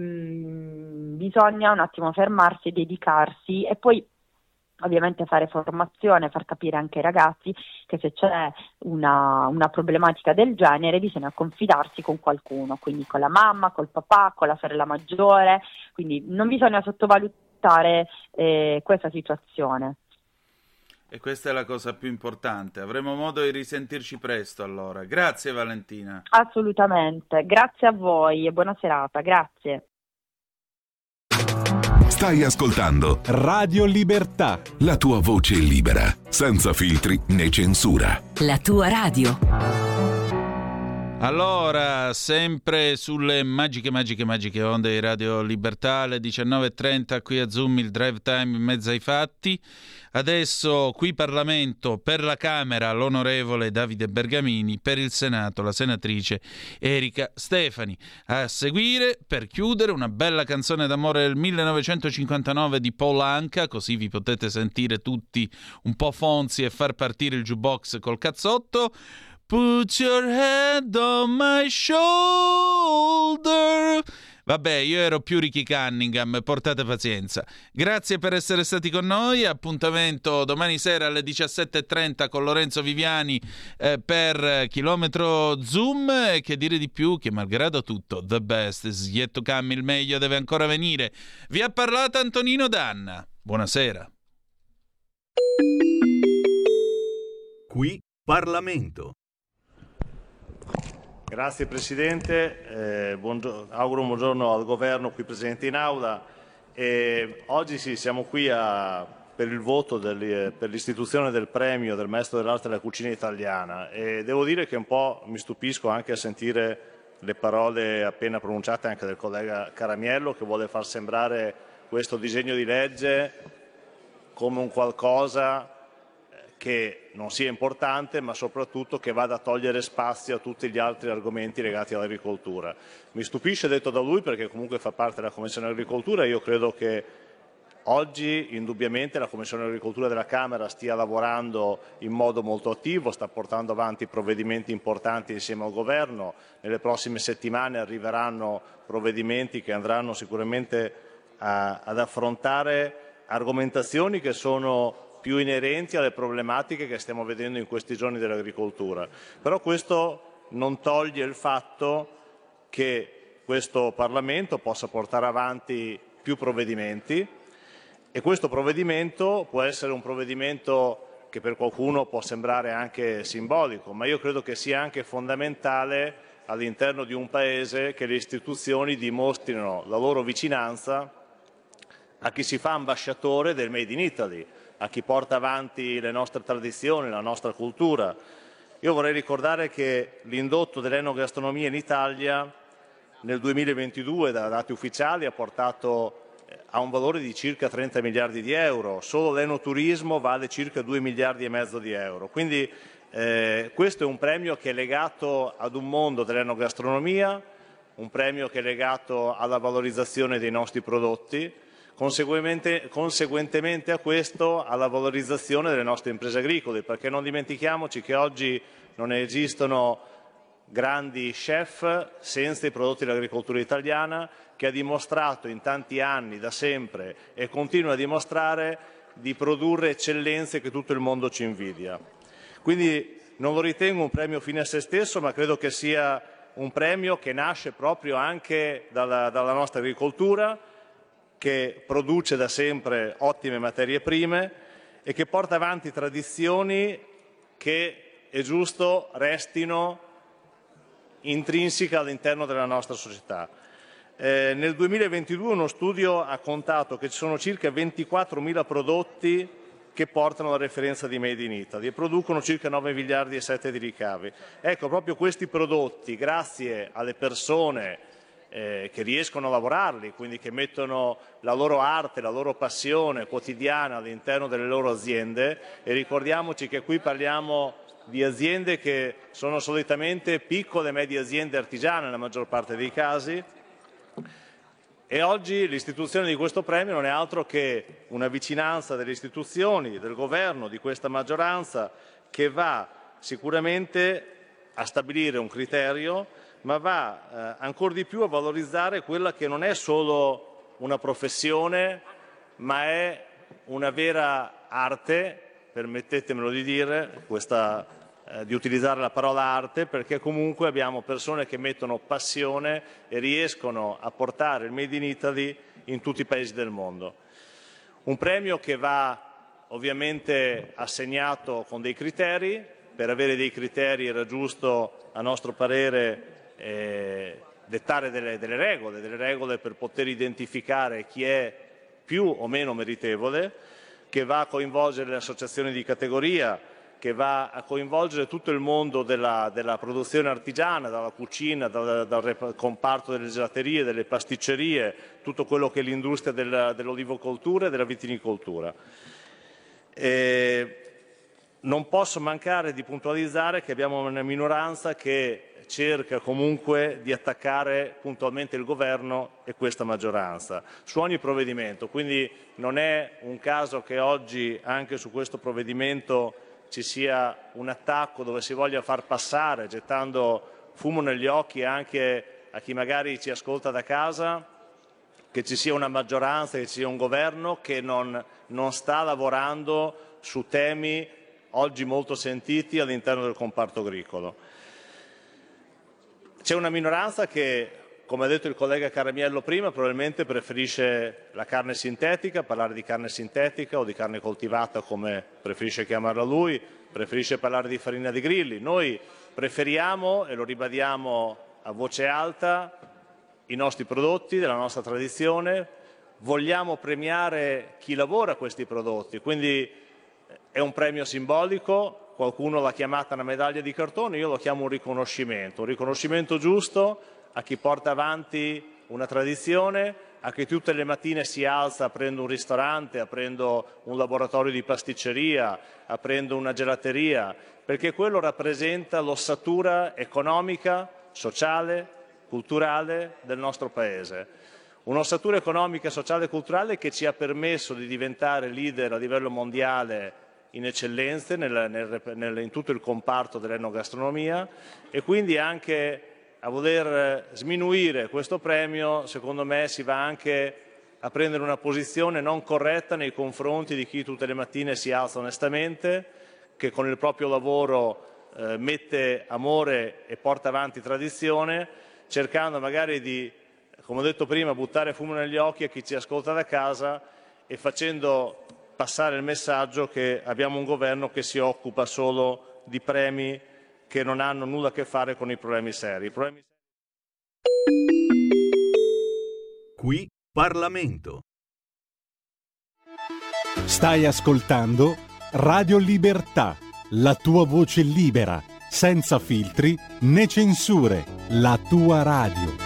mh, bisogna un attimo fermarsi e dedicarsi, e poi ovviamente fare formazione, far capire anche ai ragazzi che se c'è una, una problematica del genere bisogna confidarsi con qualcuno, quindi con la mamma, col papà, con la sorella maggiore, quindi non bisogna sottovalutare eh, questa situazione. E questa è la cosa più importante. Avremo modo di risentirci presto allora. Grazie Valentina. Assolutamente, grazie a voi e buona serata, grazie. Stai ascoltando Radio Libertà, la tua voce libera, senza filtri né censura. La tua radio. Allora, sempre sulle magiche, magiche, magiche onde di Radio Libertà, alle diciannove e trenta qui a Zoom, il drive time in mezzo ai fatti. Adesso qui Parlamento, per la Camera l'onorevole Davide Bergamini, per il Senato la senatrice Erika Stefani. A seguire, per chiudere, una bella canzone d'amore del millenovecentocinquantanove di Paul Anka, così vi potete sentire tutti un po' fonzi e far partire il jukebox col cazzotto. Put your head on my shoulder. Vabbè, io ero più Ricky Cunningham, portate pazienza. Grazie per essere stati con noi, appuntamento domani sera alle diciassette e trenta con Lorenzo Viviani eh, per Chilometro Zoom, e che dire di più che malgrado tutto, the best is yet to come, il meglio deve ancora venire. Vi ha parlato Antonino Danna, buonasera. Qui Parlamento. Grazie Presidente, eh, buongio- auguro un buongiorno al Governo qui presente in aula. E oggi sì, siamo qui a per il voto del, per l'istituzione del premio del maestro dell'arte della cucina italiana, e devo dire che un po' mi stupisco anche a sentire le parole appena pronunciate anche del collega Caramiello, che vuole far sembrare questo disegno di legge come un qualcosa che non sia importante, ma soprattutto che vada a togliere spazio a tutti gli altri argomenti legati all'agricoltura. Mi stupisce detto da lui, perché comunque fa parte della Commissione Agricoltura, e io credo che oggi indubbiamente la Commissione Agricoltura della Camera stia lavorando in modo molto attivo, sta portando avanti provvedimenti importanti insieme al Governo. Nelle prossime settimane arriveranno provvedimenti che andranno sicuramente a, ad affrontare argomentazioni che sono più inerenti alle problematiche che stiamo vedendo in questi giorni dell'agricoltura. Però questo non toglie il fatto che questo Parlamento possa portare avanti più provvedimenti, e questo provvedimento può essere un provvedimento che per qualcuno può sembrare anche simbolico, ma io credo che sia anche fondamentale all'interno di un Paese che le istituzioni dimostrino la loro vicinanza a chi si fa ambasciatore del Made in Italy, a chi porta avanti le nostre tradizioni, la nostra cultura. Io vorrei ricordare che l'indotto dell'enogastronomia in Italia nel duemilaventidue, da dati ufficiali, ha portato a un valore di circa trenta miliardi di euro, solo l'enoturismo vale circa due miliardi e mezzo di euro. Quindi eh, questo è un premio che è legato ad un mondo dell'enogastronomia, un premio che è legato alla valorizzazione dei nostri prodotti, conseguentemente, conseguentemente a questo alla valorizzazione delle nostre imprese agricole, perché non dimentichiamoci che oggi non esistono grandi chef senza i prodotti dell'agricoltura italiana, che ha dimostrato in tanti anni, da sempre, e continua a dimostrare di produrre eccellenze che tutto il mondo ci invidia. Quindi non lo ritengo un premio fine a se stesso, ma credo che sia un premio che nasce proprio anche dalla, dalla nostra agricoltura, che produce da sempre ottime materie prime e che porta avanti tradizioni che è giusto restino intrinseche all'interno della nostra società. Eh, nel duemilaventidue uno studio ha contato che ci sono circa ventiquattromila prodotti che portano la referenza di Made in Italy e producono circa nove miliardi e sette di ricavi. Ecco, proprio questi prodotti, grazie alle persone eh, che riescono a lavorarli, quindi che mettono la loro arte, la loro passione quotidiana all'interno delle loro aziende, e ricordiamoci che qui parliamo di aziende che sono solitamente piccole e medie aziende artigiane nella maggior parte dei casi, e oggi l'istituzione di questo premio non è altro che una vicinanza delle istituzioni, del governo, di questa maggioranza, che va sicuramente a stabilire un criterio, ma va eh, ancora di più a valorizzare quella che non è solo una professione, ma è una vera arte, permettetemelo di dire, questa di utilizzare la parola arte, perché comunque abbiamo persone che mettono passione e riescono a portare il Made in Italy in tutti i paesi del mondo. Un premio che va ovviamente assegnato con dei criteri. Per avere dei criteri era giusto, a nostro parere, eh, dettare delle, delle regole, delle regole per poter identificare chi è più o meno meritevole, che va a coinvolgere le associazioni di categoria, che va a coinvolgere tutto il mondo della, della produzione artigiana, dalla cucina, dal, dal comparto delle gelaterie, delle pasticcerie, tutto quello che è l'industria del, dell'olivocoltura e della vitinicoltura. E non posso mancare di puntualizzare che abbiamo una minoranza che cerca comunque di attaccare puntualmente il governo e questa maggioranza su ogni provvedimento, quindi non è un caso che oggi anche su questo provvedimento ci sia un attacco dove si voglia far passare, gettando fumo negli occhi anche a chi magari ci ascolta da casa, che ci sia una maggioranza, che ci sia un governo che non, non sta lavorando su temi oggi molto sentiti all'interno del comparto agricolo. C'è una minoranza che, come ha detto il collega Caramiello prima, probabilmente preferisce la carne sintetica, parlare di carne sintetica o di carne coltivata come preferisce chiamarla lui, preferisce parlare di farina di grilli. Noi preferiamo, e lo ribadiamo a voce alta, i nostri prodotti della nostra tradizione, vogliamo premiare chi lavora questi prodotti, quindi è un premio simbolico, qualcuno l'ha chiamata una medaglia di cartone, io lo chiamo un riconoscimento, un riconoscimento giusto a chi porta avanti una tradizione, a chi tutte le mattine si alza aprendo un ristorante, aprendo un laboratorio di pasticceria, aprendo una gelateria, perché quello rappresenta l'ossatura economica, sociale, culturale del nostro Paese. Un'ossatura economica, sociale e culturale che ci ha permesso di diventare leader a livello mondiale in eccellenze nel, nel, nel, in tutto il comparto dell'enogastronomia, e quindi anche a voler sminuire questo premio, secondo me si va anche a prendere una posizione non corretta nei confronti di chi tutte le mattine si alza onestamente, che con il proprio lavoro eh, mette amore e porta avanti tradizione, cercando magari di, come ho detto prima, buttare fumo negli occhi a chi ci ascolta da casa e facendo passare il messaggio che abbiamo un governo che si occupa solo di premi che non hanno nulla a che fare con i problemi seri. I problemi... Qui Parlamento. Stai ascoltando Radio Libertà, la tua voce libera, senza filtri né censure, la tua radio.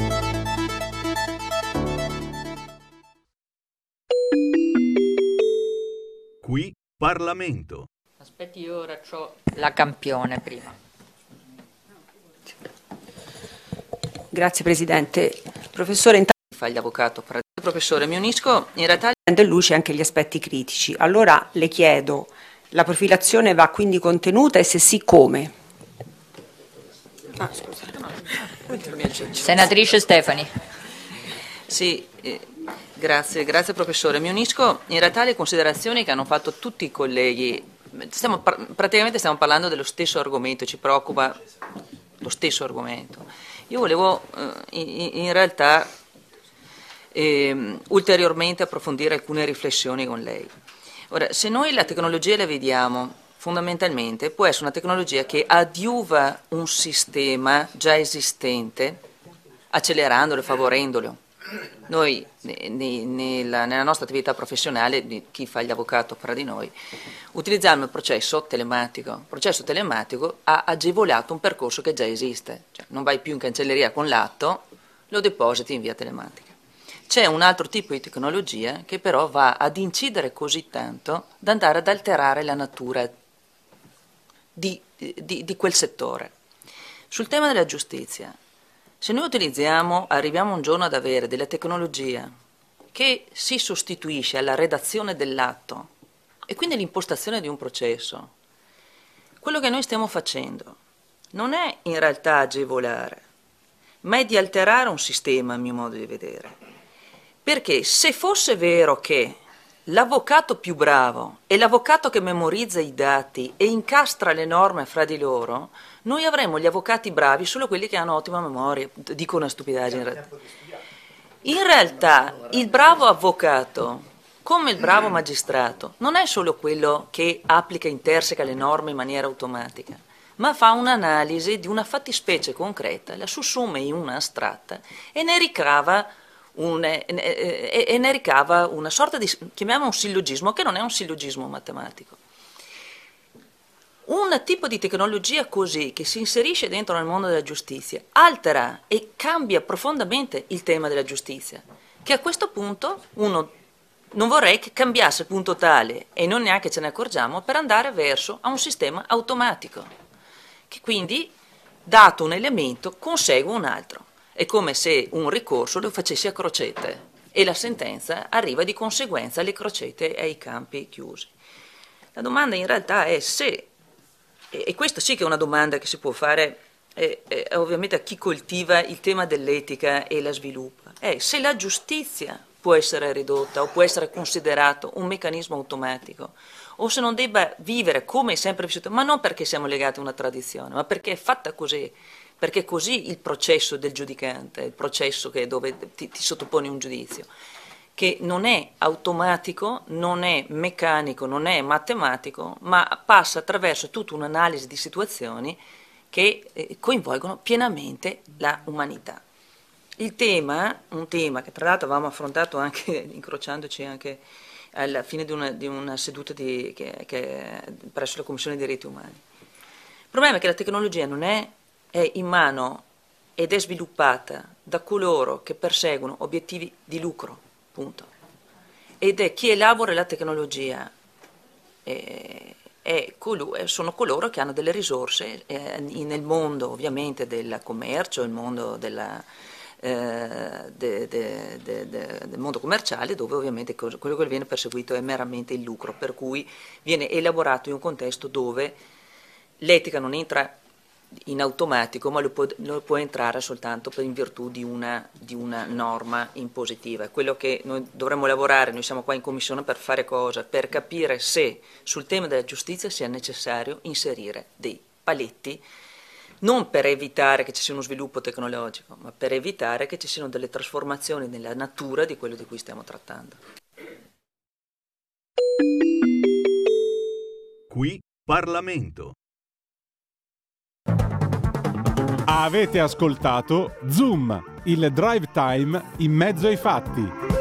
Qui Parlamento. Aspetti, io ora c'ho la campione prima. Grazie Presidente. Professore, intanto fa gli avvocato. Professore, mi unisco in realtà in luce anche gli aspetti critici. Allora le chiedo, la profilazione va quindi contenuta e se sì come? Ah, scusa. Senatrice Stefani. Sì, eh, grazie, grazie professore. Mi unisco in realtà alle considerazioni che hanno fatto tutti i colleghi. Stiamo, praticamente stiamo parlando dello stesso argomento, ci preoccupa lo stesso argomento. Io volevo eh, in, in realtà eh, ulteriormente approfondire alcune riflessioni con lei. Ora, se noi la tecnologia la vediamo fondamentalmente, può essere una tecnologia che adiuva un sistema già esistente, accelerandolo, favorendolo. Noi ne, ne, nella, nella nostra attività professionale, chi fa gli avvocati fra di noi, utilizziamo il processo telematico. Il processo telematico ha agevolato un percorso che già esiste, cioè non vai più in cancelleria con l'atto, lo depositi in via telematica. C'è un altro tipo di tecnologia che però va ad incidere così tanto da andare ad alterare la natura di, di, di quel settore. Sul tema della giustizia, se noi utilizziamo, arriviamo un giorno ad avere della tecnologia che si sostituisce alla redazione dell'atto e quindi l'impostazione di un processo, quello che noi stiamo facendo non è in realtà agevolare, ma è di alterare un sistema, a mio modo di vedere. Perché se fosse vero che l'avvocato più bravo è l'avvocato che memorizza i dati e incastra le norme fra di loro, noi avremmo gli avvocati bravi solo quelli che hanno ottima memoria. Dico una stupidaggine in realtà. In realtà il bravo avvocato, come il bravo magistrato, non è solo quello che applica e interseca le norme in maniera automatica, ma fa un'analisi di una fattispecie concreta, la sussume in una astratta e ne ricava Un, e, e, e ne ricava una sorta di, chiamiamo un sillogismo, che non è un sillogismo matematico. Un tipo di tecnologia così, che si inserisce dentro nel mondo della giustizia, altera e cambia profondamente il tema della giustizia, che a questo punto uno non vorrei che cambiasse punto tale, e non neanche ce ne accorgiamo, per andare verso a un sistema automatico, che quindi, dato un elemento, consegue un altro. È come se un ricorso lo facessi a crocette e la sentenza arriva di conseguenza alle crocette e ai campi chiusi. La domanda in realtà è se, e questa sì che è una domanda che si può fare eh, eh, ovviamente a chi coltiva il tema dell'etica e la sviluppa, è se la giustizia può essere ridotta o può essere considerato un meccanismo automatico, o se non debba vivere come è sempre vissuto, ma non perché siamo legati a una tradizione, ma perché è fatta così. Perché così il processo del giudicante, il processo che dove ti, ti sottoponi un giudizio, che non è automatico, non è meccanico, non è matematico, ma passa attraverso tutta un'analisi di situazioni che eh, coinvolgono pienamente la umanità. il tema, un tema che tra l'altro avevamo affrontato anche incrociandoci anche alla fine di una, di una seduta di, che, che presso la Commissione dei diritti umani. Il problema è che la tecnologia non è, è in mano ed è sviluppata da coloro che perseguono obiettivi di lucro, punto. Ed è chi elabora la tecnologia, è, è colo, sono coloro che hanno delle risorse eh, nel mondo ovviamente del commercio, il mondo della... Eh, de, de, de, de, del mondo commerciale, dove ovviamente quello che viene perseguito è meramente il lucro, per cui viene elaborato in un contesto dove l'etica non entra in automatico, ma lo può, lo può entrare soltanto per in virtù di una, di una norma impositiva. È quello che noi dovremmo lavorare, noi siamo qua in commissione per fare cosa? Per capire se sul tema della giustizia sia necessario inserire dei paletti, non per evitare che ci sia uno sviluppo tecnologico, ma per evitare che ci siano delle trasformazioni nella natura di quello di cui stiamo trattando. Qui Parlamento. Avete ascoltato Zoom, il drive time in mezzo ai fatti.